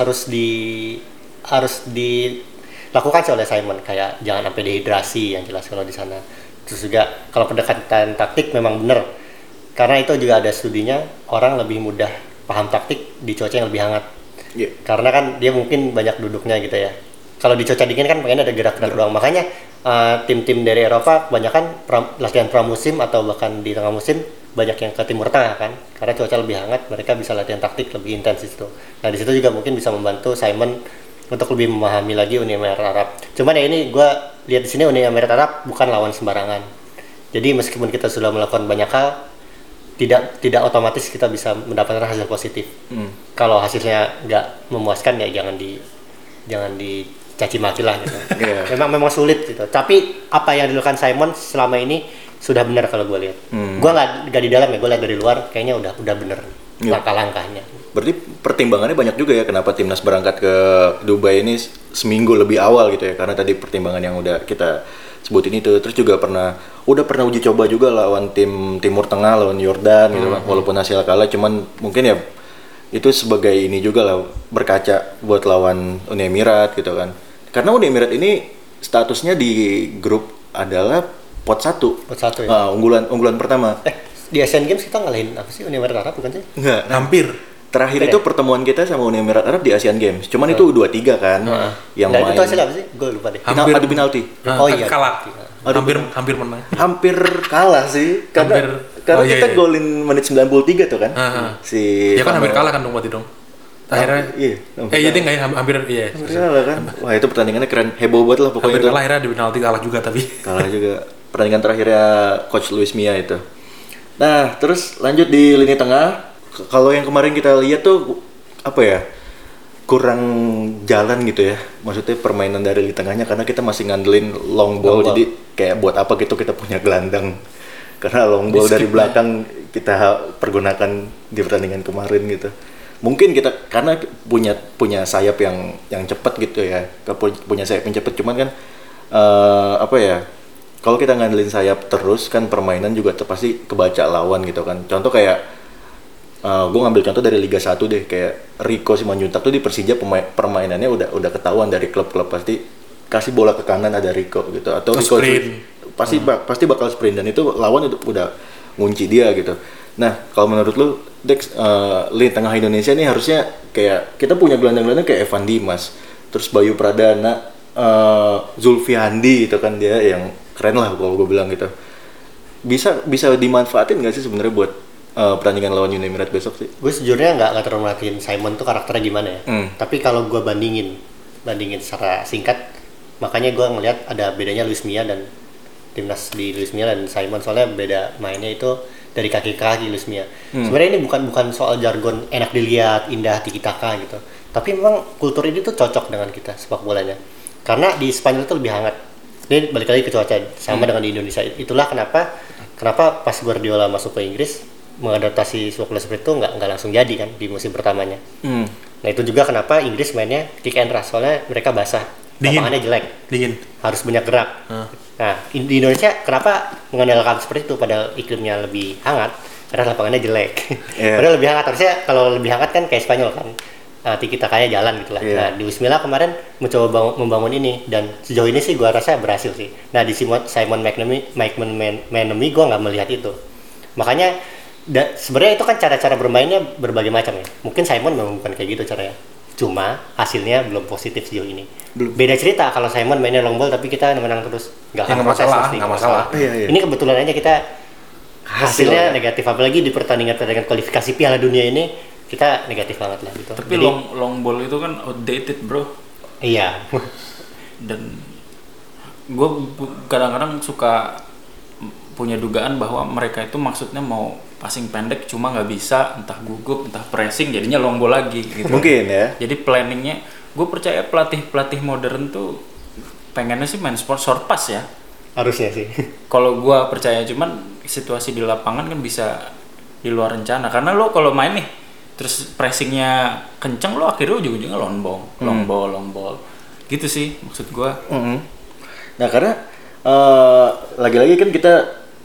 dilakukan sih oleh Simon, kayak jangan sampai dehidrasi yang jelas kalau di sana. Terus juga kalau pendekatan taktik memang benar, karena itu juga ada studinya, orang lebih mudah paham taktik di cuaca yang lebih hangat. Karena kan dia mungkin banyak duduknya gitu ya. Kalau di cuaca dingin kan pengen ada gerak-gerak doang. Makanya tim-tim dari Eropa kebanyakan latihan pramusim atau bahkan di tengah musim banyak yang ke Timur Tengah kan, karena cuaca lebih hangat, mereka bisa latihan taktik lebih intens itu. Nah di situ juga mungkin bisa membantu Simon untuk lebih memahami lagi Uni Emirat Arab. Cuman ya ini gue lihat di sini Uni Emirat Arab bukan lawan sembarangan. Jadi meskipun kita sudah melakukan banyak hal, tidak otomatis kita bisa mendapatkan hasil positif. Kalau hasilnya nggak memuaskan ya jangan dicaci maki lah gitu.
Iya.
Memang sulit gitu. Tapi apa yang dilakukan Simon selama ini sudah benar kalau gue lihat. Gue nggak di dalam ya, gue lihat dari luar kayaknya udah benar langkah-langkahnya.
Berarti pertimbangannya banyak juga ya kenapa timnas berangkat ke Dubai ini seminggu lebih awal gitu ya, karena tadi pertimbangan yang udah kita sebutin itu. Terus juga udah pernah uji coba juga lawan tim Timur Tengah, lawan Yordan gitu kan, walaupun hasil kalah, cuman mungkin ya itu sebagai ini juga lah, berkaca buat lawan Uni Emirat gitu kan. Karena Uni Emirat ini statusnya di grup adalah pot 1 ya. Unggulan pertama.
Di Asian Games kita ngalahin apa sih, Uni Emirat Arab bukan sih?
Enggak.
Hampir.
Terakhir itu pertemuan kita sama Uni Emirat Arab di Asian Games. Cuman itu U23 kan. Yang
Dan
main.
itu hasil apa sih? Gue lupa deh.
Hampir.
Adu penalti.
Oh iya.
Kalah. Hampir menang.
Hampir kalah sih. Karena kita golin menit 93 tuh kan. Si
Ya kan hampir kalah kan dong berarti dong. Akhirnya jadi nggak ya, hampir
kalah kan. Wah, itu pertandingannya keren, heboh banget lah pokoknya.
hampir
Itu
kalah, akhirnya di penalti kalah juga tapi
kalah juga. Pertandingan terakhirnya Coach Luis Mia itu. Nah, terus lanjut di lini tengah. Kalau yang kemarin kita lihat tuh apa ya, kurang jalan gitu ya, maksudnya permainan dari lini tengahnya, karena kita masih ngandelin long ball. Jadi kayak buat apa gitu kita punya gelandang, karena long ball dari belakang kita pergunakan di pertandingan kemarin gitu. Mungkin kita karena punya sayap yang cepat gitu ya, punya sayap yang cepat, cuman kan apa ya, kalau kita ngandelin sayap terus kan permainan juga pasti kebaca lawan gitu kan. Contoh kayak gue ngambil contoh dari Liga 1 deh, kayak Rico Simanjuntak tuh di Persija permainannya udah ketahuan dari klub-klub, pasti kasih bola ke kanan ada Rico gitu, atau Rico pasti bakal sprint, dan itu lawan udah ngunci dia gitu. Nah, kalau menurut lu Dex, lini tengah Indonesia nih harusnya kayak kita punya gelandang-gelandang kayak Evan Dimas, terus Bayu Pradana, Zulfiandi itu kan, dia yang keren lah kalau gue bilang gitu. Bisa dimanfaatin nggak sih sebenarnya buat pertandingan lawan Uni Emirat besok sih?
Gue sejujurnya nggak terlalu merhatiin Simon tuh karakternya gimana ya. Tapi kalau gue bandingin secara singkat, makanya gue ngelihat ada bedanya Luis Mia dan timnas di Luis Mia dan Simon, soalnya beda mainnya itu dari kaki ke kaki Luis Mia. Sebenarnya ini bukan soal jargon enak dilihat, indah, tiki taka gitu. Tapi memang kultur ini tuh cocok dengan kita sepak bolanya. Karena di Spanyol itu lebih hangat. Ini balik lagi ke cuaca, sama dengan di Indonesia. Itulah kenapa pas Guardiola masuk ke Inggris, mengadaptasi sepak bola seperti itu nggak langsung jadi kan di musim pertamanya. Nah itu juga kenapa Inggris mainnya kick and rush, soalnya mereka basah, lapangannya jelek, harus banyak gerak. Nah di Indonesia kenapa mengandalkan seperti itu padahal iklimnya lebih hangat, karena lapangannya jelek. Padahal lebih hangat, harusnya kalau lebih hangat kan kayak Spanyol kan, tiki takanya jalan gitu lah. Nah di Wismila kemarin mencoba membangun ini, dan sejauh ini sih gua rasa berhasil sih. Nah di Simon McManamy gua nggak melihat itu, makanya sebenarnya itu kan cara-cara bermainnya berbagai macam ya. Mungkin Simon memang bukan kayak gitu caranya, cuma hasilnya belum positif sejauh ini. Beda cerita kalau Simon mainnya long ball tapi kita menang terus, nggak masalah.
Iya.
Ini kebetulan aja kita hasilnya negatif, apalagi di pertandingan kualifikasi Piala Dunia ini kita negatif banget lah gitu.
Tapi
jadi,
long ball itu kan outdated bro.
Iya.
Dan gue kadang-kadang suka punya dugaan bahwa mereka itu maksudnya mau passing pendek cuma nggak bisa, entah gugup entah pressing, jadinya long ball lagi gitu.
Mungkin ya.
Jadi planningnya, gue percaya pelatih modern tuh pengennya sih main short pass ya.
Harusnya sih.
Kalau gue percaya, cuman situasi di lapangan kan bisa di luar rencana. Karena lo kalau main nih terus pressingnya kenceng, lo akhirnya ujung-ujungnya long ball. Gitu sih maksud gue.
Nah karena lagi-lagi kan kita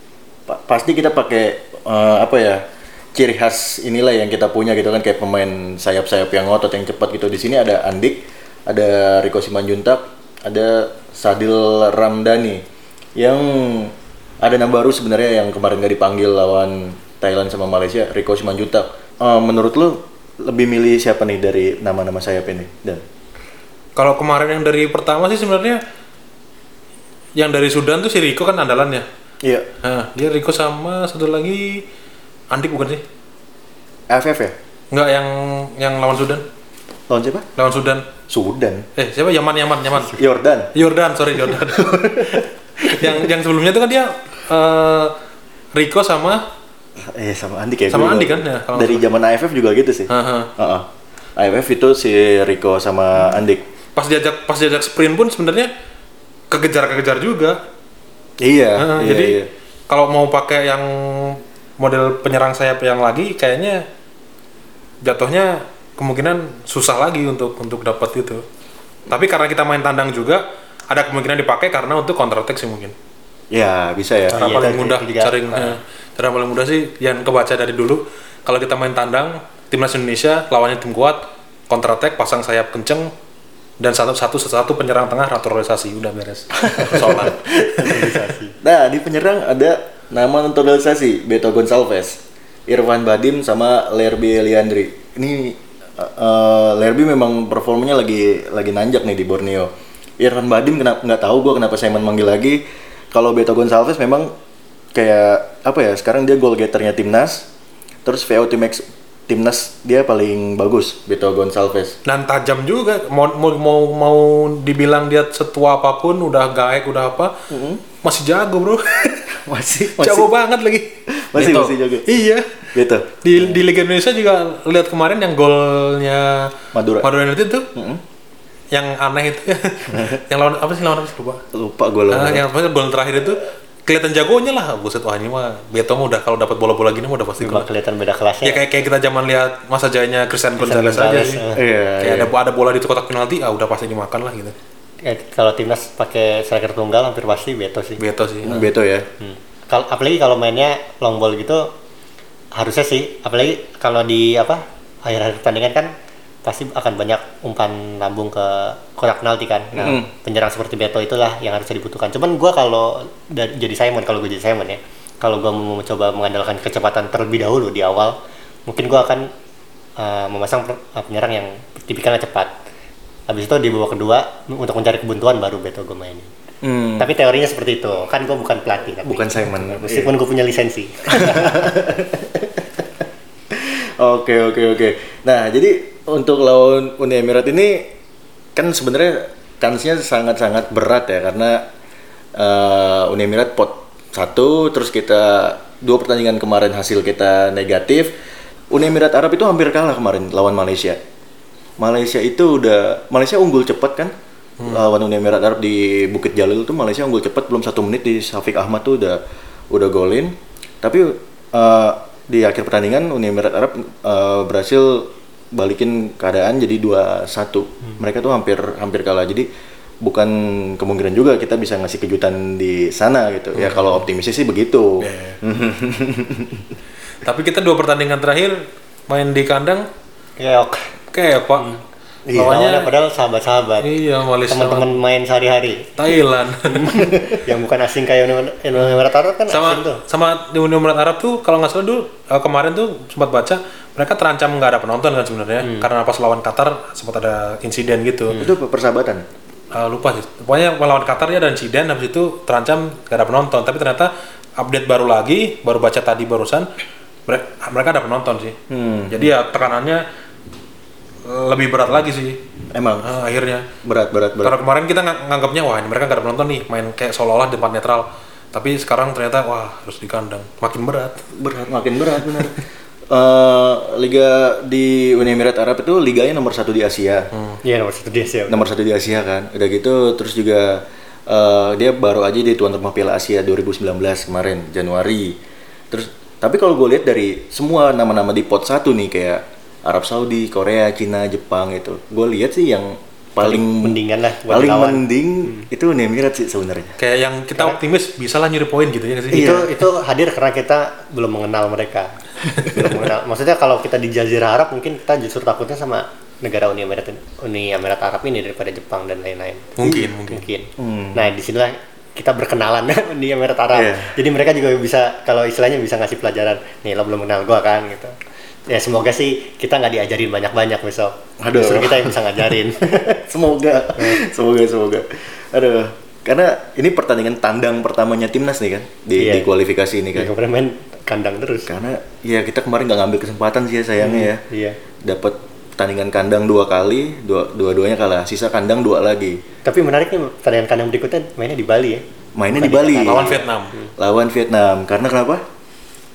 pasti kita pakai apa ya, ciri khas inilah yang kita punya gitu kan, kayak pemain sayap-sayap yang ngotot, yang cepat gitu. Di sini ada Andik, ada Rico Simanjuntak, ada Sadil Ramdhani, yang ada nama baru sebenarnya yang kemarin nggak dipanggil lawan Thailand sama Malaysia, Rico Simanjuntak. Menurut lo lebih milih siapa nih dari nama-nama sayap ini? Dan
kalau kemarin yang dari pertama sih sebenarnya yang dari Sudan tuh si Rico kan andalannya.
iya.
Nah, dia Rico sama satu lagi Andik bukan sih?
AFF ya?
Enggak, yang lawan Sudan.
Lawan siapa?
Lawan Sudan.
Siapa?
Yaman. Yordan. yang sebelumnya itu kan dia Rico sama
Sama Andi kayak
Sama
gue
Andi
juga.
kan, ya, kalau
Dari zaman AFF juga gitu sih.
Heeh.
Heeh. AFF itu si Rico sama Andik.
Pas diajak sprint pun sebenarnya kekejar juga.
Iya,
Heeh,
iya,
jadi
iya.
kalau mau pakai yang model penyerang sayap yang lagi kayaknya jatuhnya kemungkinan susah lagi untuk dapat itu. Tapi karena kita main tandang juga ada kemungkinan dipakai karena untuk counter attack sih mungkin.
Ya, bisa ya.
Cara
Iya,
paling
itu
mudah
juga.
cara paling mudah sih yang kebaca dari dulu kalau kita main tandang timnas Indonesia lawannya tim kuat counter attack pasang sayap kenceng dan satu penyerang tengah naturalisasi udah beres persoalan.
Nah, di penyerang ada nama naturalisasi Beto Gonçalves, Irfan Badim sama Lerby Eliandri. Ini Lerby memang performanya lagi nanjak nih di Borneo. Irfan Badim nggak tahu gue kenapa saya manggil lagi. Kalau Beto Gonçalves memang kayak apa ya? Sekarang dia goal getternya timnas. Terus VO timnas dia paling bagus Beto Gonçalves.
Dan tajam juga mau dibilang dia setua apapun udah gaek udah apa masih jago bro.
Masih
Jago banget lagi.
masih
Beto.
masih jago.
Iya.
Beto.
Di Liga Indonesia juga lihat kemarin yang golnya
Madura.
United tuh. Yang aneh itu ya. Yang lawan apa sih lupa.
Lupa gue loh.
Yang pokoknya gol terakhir itu kelihatan jagonya lah. Buset wah ini mah Beto mah udah kalau dapat bola-bola gini mah udah pasti
Memang
gol.
kelihatan beda kelasnya.
Ya kayak kita zaman lihat masa jayanya Christian Gonzalez aja
Gonzalez,
sih.
Iya,
Kayak
iya.
ada bola di kotak penalti udah pasti dimakan lah gitu.
Kalau timnas pakai striker tunggal hampir pasti Beto sih.
Beto sih.
Beto ya.
Apalagi kalau mainnya long ball gitu harusnya sih, apalagi kalau di akhir-akhir pertandingan kan pasti akan banyak umpan lambung ke kotak penalti kan. Nah, penyerang seperti Beto itulah yang harusnya dibutuhkan. Cuman gua kalau jadi Simon, kalau gue jadi Simon ya, kalau gua mau mencoba mengandalkan kecepatan terlebih dahulu di awal, mungkin gua akan memasang penyerang yang tipikalnya cepat. Habis itu di babak kedua untuk mencari kebuntuan baru Beto gue mainin. Tapi teorinya seperti itu. Kan gue bukan pelatih tapi
Bukan Simon.
meskipun gue punya lisensi.
Oke. Nah, jadi untuk lawan Uni Emirat ini kan sebenarnya kansnya sangat-sangat berat ya karena Uni Emirat pot 1 terus kita 2 pertandingan kemarin hasil kita negatif. Uni Emirat Arab itu hampir kalah kemarin lawan Malaysia. Malaysia unggul cepat kan? Lawan Uni Emirat Arab di Bukit Jalil tuh Malaysia unggul cepat belum 1 menit di Syafiq Ahmad tuh udah golin. Tapi di akhir pertandingan Uni Emirat Arab berhasil balikin keadaan jadi 2-1. Mereka tuh hampir kalah. Jadi bukan kemungkinan juga kita bisa ngasih kejutan di sana gitu. Ya kalau optimisnya sih begitu.
Tapi kita 2 pertandingan terakhir main di kandang
Keok.
kayak Pak.
Lawannya padahal sahabat-sahabat.
Iya, Malaysia
Teman-teman main sehari-hari.
Thailand.
Yang bukan asing kayak Uni Emirat Arab kan asing tuh.
sama di Uni Emirat Arab tuh kalau nggak salah dulu kemarin tuh sempat baca mereka terancam nggak ada penonton kan sebenarnya karena pas lawan Qatar sempat ada insiden gitu.
Itu persahabatan.
Lupa sih pokoknya melawan Qatar ya ada insiden habis itu terancam nggak ada penonton tapi ternyata update baru baca tadi barusan mereka ada penonton sih. Jadi ya tekanannya lebih berat lagi sih
Emang
akhirnya.
berat.
Karena kemarin kita nganggapnya wah ini mereka nggak ada penonton nih main kayak seolah-olah di tempat netral. Tapi sekarang ternyata wah harus di kandang makin berat.
Makin berat benar. Liga di Uni Emirat Arab itu liganya nomor 1 di Asia.
Iya nomor 1 di Asia.
Nomor 1 di Asia kan. Udah gitu terus juga dia baru aja di tuan rumah Piala Asia 2019 kemarin Januari. Terus tapi kalau gue lihat dari semua nama-nama di pot 1 nih kayak Arab Saudi, Korea, Cina, Jepang itu, gue lihat sih yang paling
mendingan lah buat
paling
lawan.
mending itu Uni Emirat sih sebenarnya.
Kayak yang kita optimis bisa lah nyuri poin gitu ya nggak sih?
Itu hadir karena kita belum mengenal mereka. Belum mengenal. Maksudnya kalau kita di Jazirah Arab mungkin kita justru takutnya sama negara Uni Emirat Arab ini daripada Jepang dan lain-lain.
Mungkin.
Nah, disinilah kita berkenalan di Emirat Arab.
Iya.
Jadi mereka juga bisa kalau istilahnya bisa ngasih pelajaran. Nih lo belum kenal gua kan gitu. Ya semoga sih kita nggak diajarin banyak-banyak besok.
Aduh.
Justru kita yang bisa ngajarin.
semoga. Aduh, karena ini pertandingan tandang pertamanya timnas nih kan di kualifikasi ini kan.
Ya, kemarin main kandang terus.
Karena ya kita kemarin nggak ngambil kesempatan sih ya sayangnya ya.
Iya.
Dapat pertandingan kandang 2 kali, dua-duanya kalah. Sisa kandang 2 lagi.
Tapi menariknya pertandingan kandang berikutnya mainnya di Bali ya.
Mainnya di Bali.
Lawan Vietnam.
Lawan Vietnam. Karena kenapa?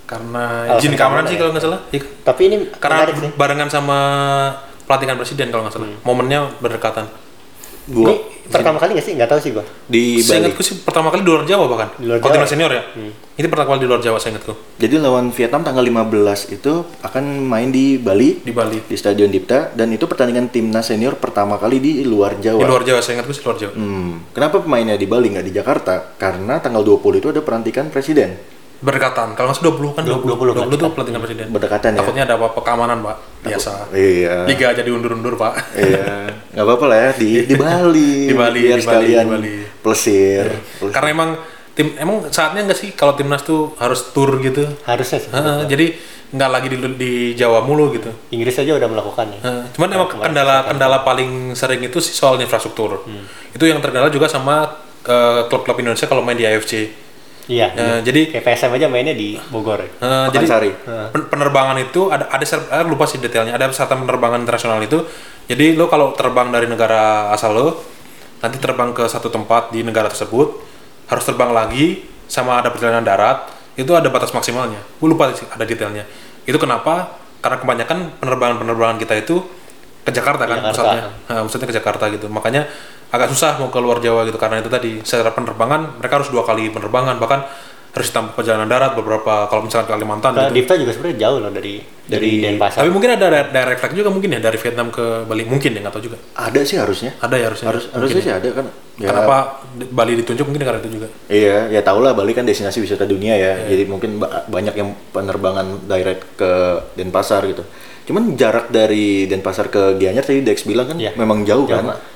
Karena
Alasan
izin keamanan
keamanan
sih
ya.
kalau nggak salah. Iya.
Tapi ini
Karena
menarik sih.
barengan sama pelantikan presiden kalau nggak salah. Momennya berdekatan.
Gua
Ini pertama kali nggak sih? Nggak tahu sih gua.
di Bali.
Seingatku sih pertama kali di luar Jawa bahkan.
Di luar
Kalau
Jawa
timnas
ya?
senior ya. Ini pertama kali di luar Jawa seingatku.
Jadi lawan Vietnam tanggal 15 itu akan main di Bali
Di Bali.
di Stadion Dipta dan itu pertandingan timnas senior pertama kali di luar Jawa.
Di luar Jawa seingatku sih luar Jawa.
Kenapa pemainnya di Bali nggak di Jakarta? Karena tanggal 20 itu ada pelantikan presiden.
Berdekatan. Kalau nggak salah 20 kan 20 tuh pelantikan presiden.
Berdekatan ya?
Takutnya ada apa-apa keamanan, Pak. Biasa.
Iya.
Liga aja diundur-undur, Pak.
Iya, nggak apa-apa lah ya di Bali.
Di Bali,
biar
di Bali,
sekalian
di Bali.
plesir.
Karena emang saatnya nggak sih kalau timnas tuh harus tur gitu.
Harusnya sih.
Jadi nggak lagi di Jawa mulu gitu.
Inggris aja udah melakukannya.
Cuman emang kendala paling sering itu sih soal infrastruktur. Itu yang terkendala juga sama klub-klub Indonesia kalau main di AFC.
Iya.
Jadi
Kayak PSM aja mainnya di Bogor. Ya.
jadi
Pekansari.
penerbangan itu ada lupa sih detailnya. Ada persyaratan penerbangan internasional itu. Jadi lo kalau terbang dari negara asal lo, nanti terbang ke satu tempat di negara tersebut, harus terbang lagi sama ada perjalanan darat. Itu ada batas maksimalnya. Gue lupa sih ada detailnya. Itu kenapa? Karena kebanyakan penerbangan kita itu ke Jakarta kan
Jakarta.
pusatnya ke Jakarta gitu. Makanya agak susah mau ke luar Jawa gitu karena itu tadi secara penerbangan mereka harus 2 kali penerbangan, bahkan harus ditambah perjalanan darat beberapa kalau misalkan ke Kalimantan
Karena
gitu.
Dipta juga sebenarnya jauh loh dari Denpasar.
Tapi mungkin ada direct flight juga mungkin ya dari Vietnam ke Bali, mungkin ya nggak tahu juga.
Ada sih harusnya.
Ada ya harusnya.
Harusnya
Mungkin
sih
ya.
ada kan. Ya,
Kenapa Bali ditunjuk mungkin karena itu juga.
Iya, ya tau lah Bali kan destinasi wisata dunia ya. Jadi mungkin banyak yang penerbangan direct ke Denpasar gitu. Cuman jarak dari Denpasar ke Gianyar tadi Dex bilang kan
Iya.
memang jauh
Jauh,
kan.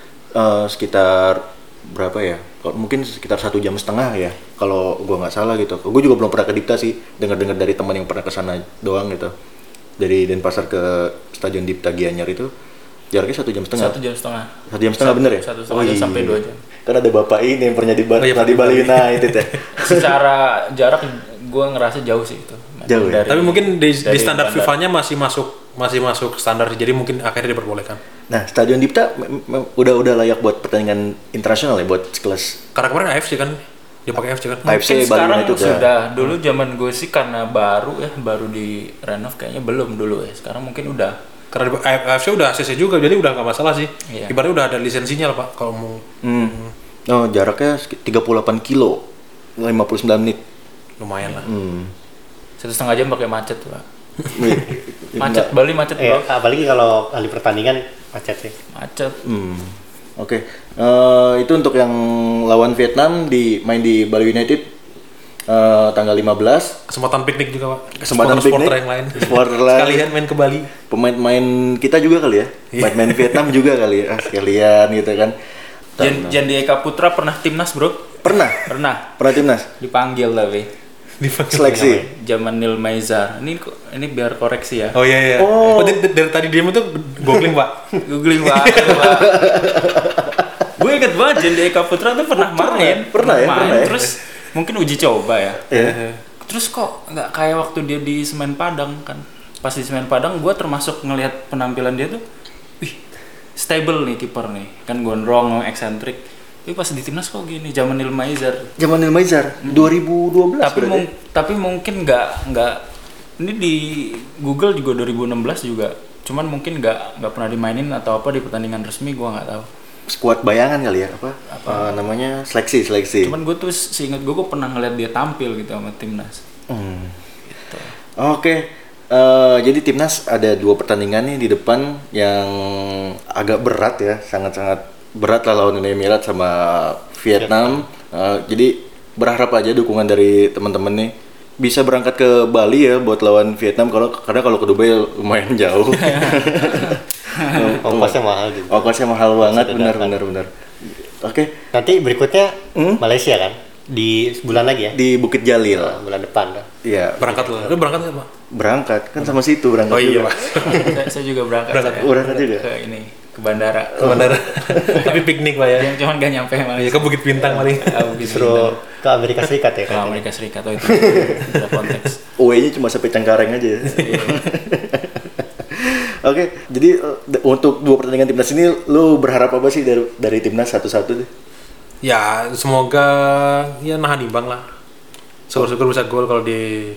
Sekitar berapa ya? Mungkin sekitar 1,5 jam ya. Kalau gua nggak salah gitu. Gue juga belum pernah ke Dipta sih. Dengar-dengar dari teman yang pernah ke sana doang gitu. Dari Denpasar ke Stadion Dipta Gianyar itu jaraknya 1,5 jam.
1,5 jam.
1,5 jam bener ya?
1,5 jam sampai 2 jam.
Kan ada bapak ini yang pernah di Bali,
iya,
di Bali United ya.
Secara jarak gue ngerasa jauh sih itu.
Jauh ya?
Tapi mungkin di standar
bandar.
FIFA-nya masih masuk standar, jadi mungkin akhirnya diperbolehkan.
Nah, Stadion Dipta udah layak buat pertandingan internasional ya, buat kelas
Karena kemarin AFC kan, dia pakai AFC kan.
AFC
Mungkin
Bali
sekarang
United
sudah. Dulu zaman gue sih karena baru di renov kayaknya belum dulu ya. Sekarang mungkin udah.
Karena AFC udah ACC juga, jadi udah nggak masalah sih.
Iya.
Ibaratnya udah ada lisensinya lah Pak, kalau mau.
Oh, jaraknya 38 kilo, 59 menit.
Lumayan lah.
1,5 jam pakai macet tuh, Pak.
Enggak.
Bali macet
Iya,
bro.
apalagi kalau kali pertandingan macet sih.
Macet.
Oke. Itu untuk yang lawan Vietnam main di Bali United tanggal 15.
Kesempatan piknik juga Pak.
Kesempatan
Supporter
piknik.
yang lain.
Supporter lain.
Sekalian main ke Bali.
Pemain-pemain kita juga kali ya. Pemain Vietnam juga kali ya. Sekalian gitu kan.
Jandi Eka Putra pernah timnas bro?
Pernah
Pernah.
timnas
Dipanggil tapi.
seleksi.
Zaman Nil Maizar. Ini biar koreksi ya.
Oh iya. Oh, dari tadi dia tuh googling Pak.
Googling Pak. Gue inget banget Jandi Eka Putra tuh pernah main.
Pernah ya.
Terus mungkin uji coba ya.
Iya.
Terus kok nggak kayak waktu dia di Semen Padang kan? Pas di Semen Padang gue termasuk ngelihat penampilan dia tuh, wih stable nih kiper nih, kan gondrong, eksentrik. Tapi pas di timnas kok gini, zaman Nil Maizar.
Zaman Nil Maizar 2012
Tapi
berarti.
tapi mungkin nggak ini di Google juga 2016 juga. Cuman mungkin nggak pernah dimainin atau apa di pertandingan resmi, gue nggak tahu.
Skuad bayangan kali ya, apa? Namanya seleksi.
Cuman gue tuh seingat gue pernah ngeliat dia tampil gitu sama timnas. Gitu.
Oke. Jadi timnas ada 2 pertandingan nih di depan yang agak berat ya, sangat-sangat berat lah lawan Uni Emirat sama Vietnam. Jadi berharap aja dukungan dari teman-teman nih bisa berangkat ke Bali ya buat lawan Vietnam, karena kalau ke Dubai lumayan jauh.
Ongkosnya mahal juga.
Ongkosnya mahal banget,
Bisa
benar. Oke,
Nanti berikutnya Malaysia kan di bulan lagi ya.
di Bukit Jalil.
Bulan depan kan.
Iya,
Berangkat lu berangkat nggak Pak?
berangkat kan sama situ berangkat.
Oh iya
juga.
Pak.
saya juga berangkat.
Berangkat juga?
Ke ini ke bandara.
Ke bandara. Tapi piknik Pak ya.
Yang cuman gak nyampe malah.
Ya ke Bukit Bintang paling.
Suruh ke Amerika Serikat ya
Ke
kan.
Amerika Serikat itu ada konteks.
Away-nya cuma sampai Cengkareng aja. Oke, jadi untuk 2 pertandingan timnas ini lu berharap apa sih dari timnas satu-satu deh?
Ya semoga ya nahan imbang lah. Syukur-syukur bisa gol kalau di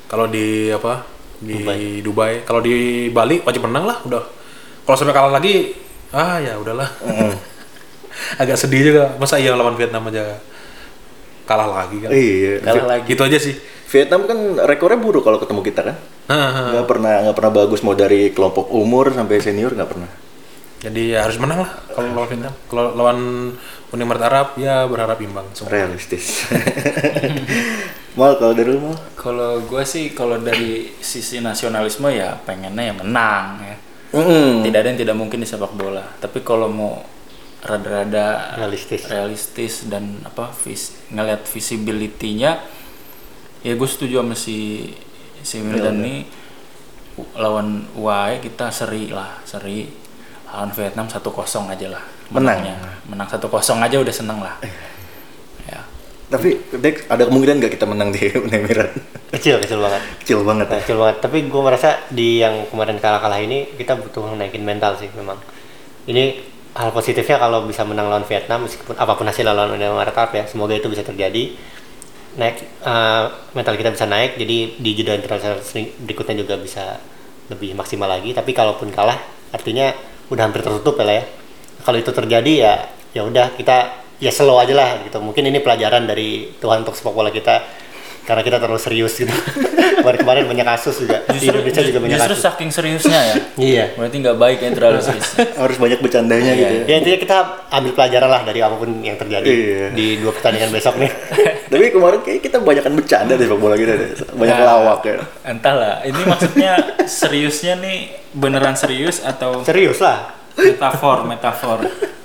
Kalau di apa? Di Dubai. Kalau di Bali wajib menang lah udah. Kalau sampai kalah lagi, ya udahlah. Agak sedih juga. Masa iya lawan Vietnam aja kalah lagi kan?
Iya.
Kalah lagi.
Gitu aja sih.
Vietnam kan rekornya buruk kalau ketemu kita kan. Nggak pernah bagus, mau dari kelompok umur sampai senior nggak pernah.
Jadi ya harus menang lah kalau lawan Vietnam. Kalau lawan Uni Emirat Arab ya berharap imbang semua.
Realistis. Mal, kalau dari lu Mal?
Kalau gue sih kalau dari sisi nasionalisme ya pengennya ya menang ya. Tidak ada yang tidak mungkin di sepak bola. Tapi kalau mau rada-rada realistis dan ngelihat visibility-nya, ya gue setuju sama si Mildan ini lawan UAE kita seri lawan Vietnam 1-0 aja lah menang 1-0 aja udah seneng lah. Ya.
Tapi Dex, ada kemungkinan nggak kita menang di Uni Emirat?
Kecil banget.
Kecil banget.
Tapi gue merasa di yang kemarin kalah ini kita butuh naikin mental sih memang. Ini hal positifnya kalau bisa menang lawan Vietnam, meskipun apapun hasil lawan Uni Emirat Arab ya, semoga itu bisa terjadi. Mental kita bisa naik, jadi di jeda internasional berikutnya juga bisa lebih maksimal lagi. Tapi kalaupun kalah, artinya udah hampir tertutup ya. Kalau itu terjadi ya udah kita ya slow aja lah gitu. Mungkin ini pelajaran dari Tuhan untuk sepak bola kita, karena kita terlalu serius gitu. Kemarin banyak kasus juga di Indonesia juga banyak kasus.
Justru saking seriusnya ya.
Iya.
Berarti nggak baik ya terlalu serius.
Harus banyak bercandanya gitu ya.
Ya intinya kita ambil pelajaran lah dari apapun yang terjadi di 2 pertandingan besok nih.
Tapi kemarin kayak kita banyakan bercanda deh sepak bola kita deh. Banyak lawak ya.
Entahlah, ini maksudnya seriusnya nih beneran serius atau
Serius lah.
metafor.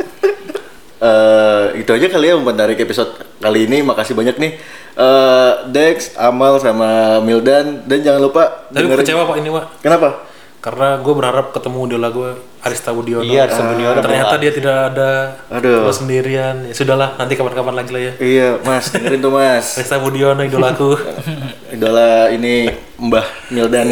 Itu aja kali ya umpan tarik episode kali ini. Makasih banyak nih Dex, Amal sama Mildan, dan jangan lupa
Tapi gue kecewa Pak ini Pak.
Kenapa?
Karena gue berharap ketemu idola gue Arista Budiono.
Iya, Arista Budiono.
Ternyata dia tidak ada.
Aduh.
Gue sendirian. Ya sudahlah, nanti kapan-kapan lagi lah ya.
Iya Mas, dengerin tuh Mas.
Arista Budiono idolaku.
Idola ini Mbah Mildan.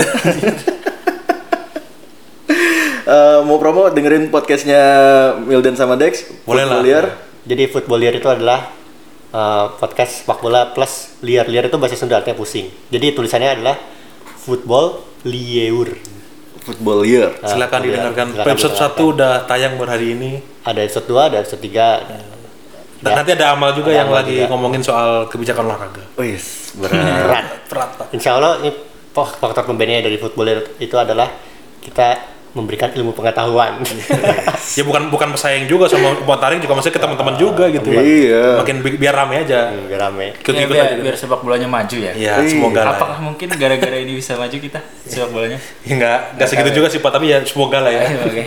Mau promo dengerin podcastnya Mildan sama Dex?
Boleh lah.
Liar.
Jadi Football Liar itu adalah podcast sepak bola plus liar. Liar itu bahasa Sunda, artinya pusing. Jadi tulisannya adalah Football Lieur.
Football Year.
Silakan didengarkan.
silakan
Episode 1 udah tayang baru hari ini.
Ada episode 2, ada episode 3.
Dan nanti ada Amal juga
Ada
yang
Amal
lagi
juga.
ngomongin soal kebijakan olahraga.
Oh yes, berat.
Berat Pak.
Insya Allah ini faktor pembedanya dari Football Liar itu adalah kita memberikan ilmu pengetahuan.
Ya bukan pesaing juga sama umpan tarik juga, maksudnya ke teman-teman juga gitu kan.
Iya.
Makin biar rame aja.
Biar rame.
Ya,
Ikut-ikut aja.
biar sepak bolanya maju ya.
Ya semoga lah.
Apakah mungkin gara-gara ini bisa maju kita sepak bolanya?
Ya, nggak segitu juga sih Pak, tapi ya semoga lah ya.
Oke.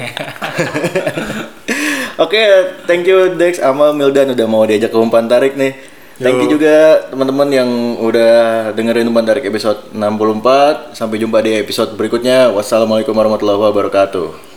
Oke, thank you Dex, Amal, Mildan udah mau diajak ke umpan tarik nih. Thank you juga teman-teman yang udah dengerin umpan tarik episode 64. Sampai jumpa di episode berikutnya. Wassalamualaikum warahmatullahi wabarakatuh.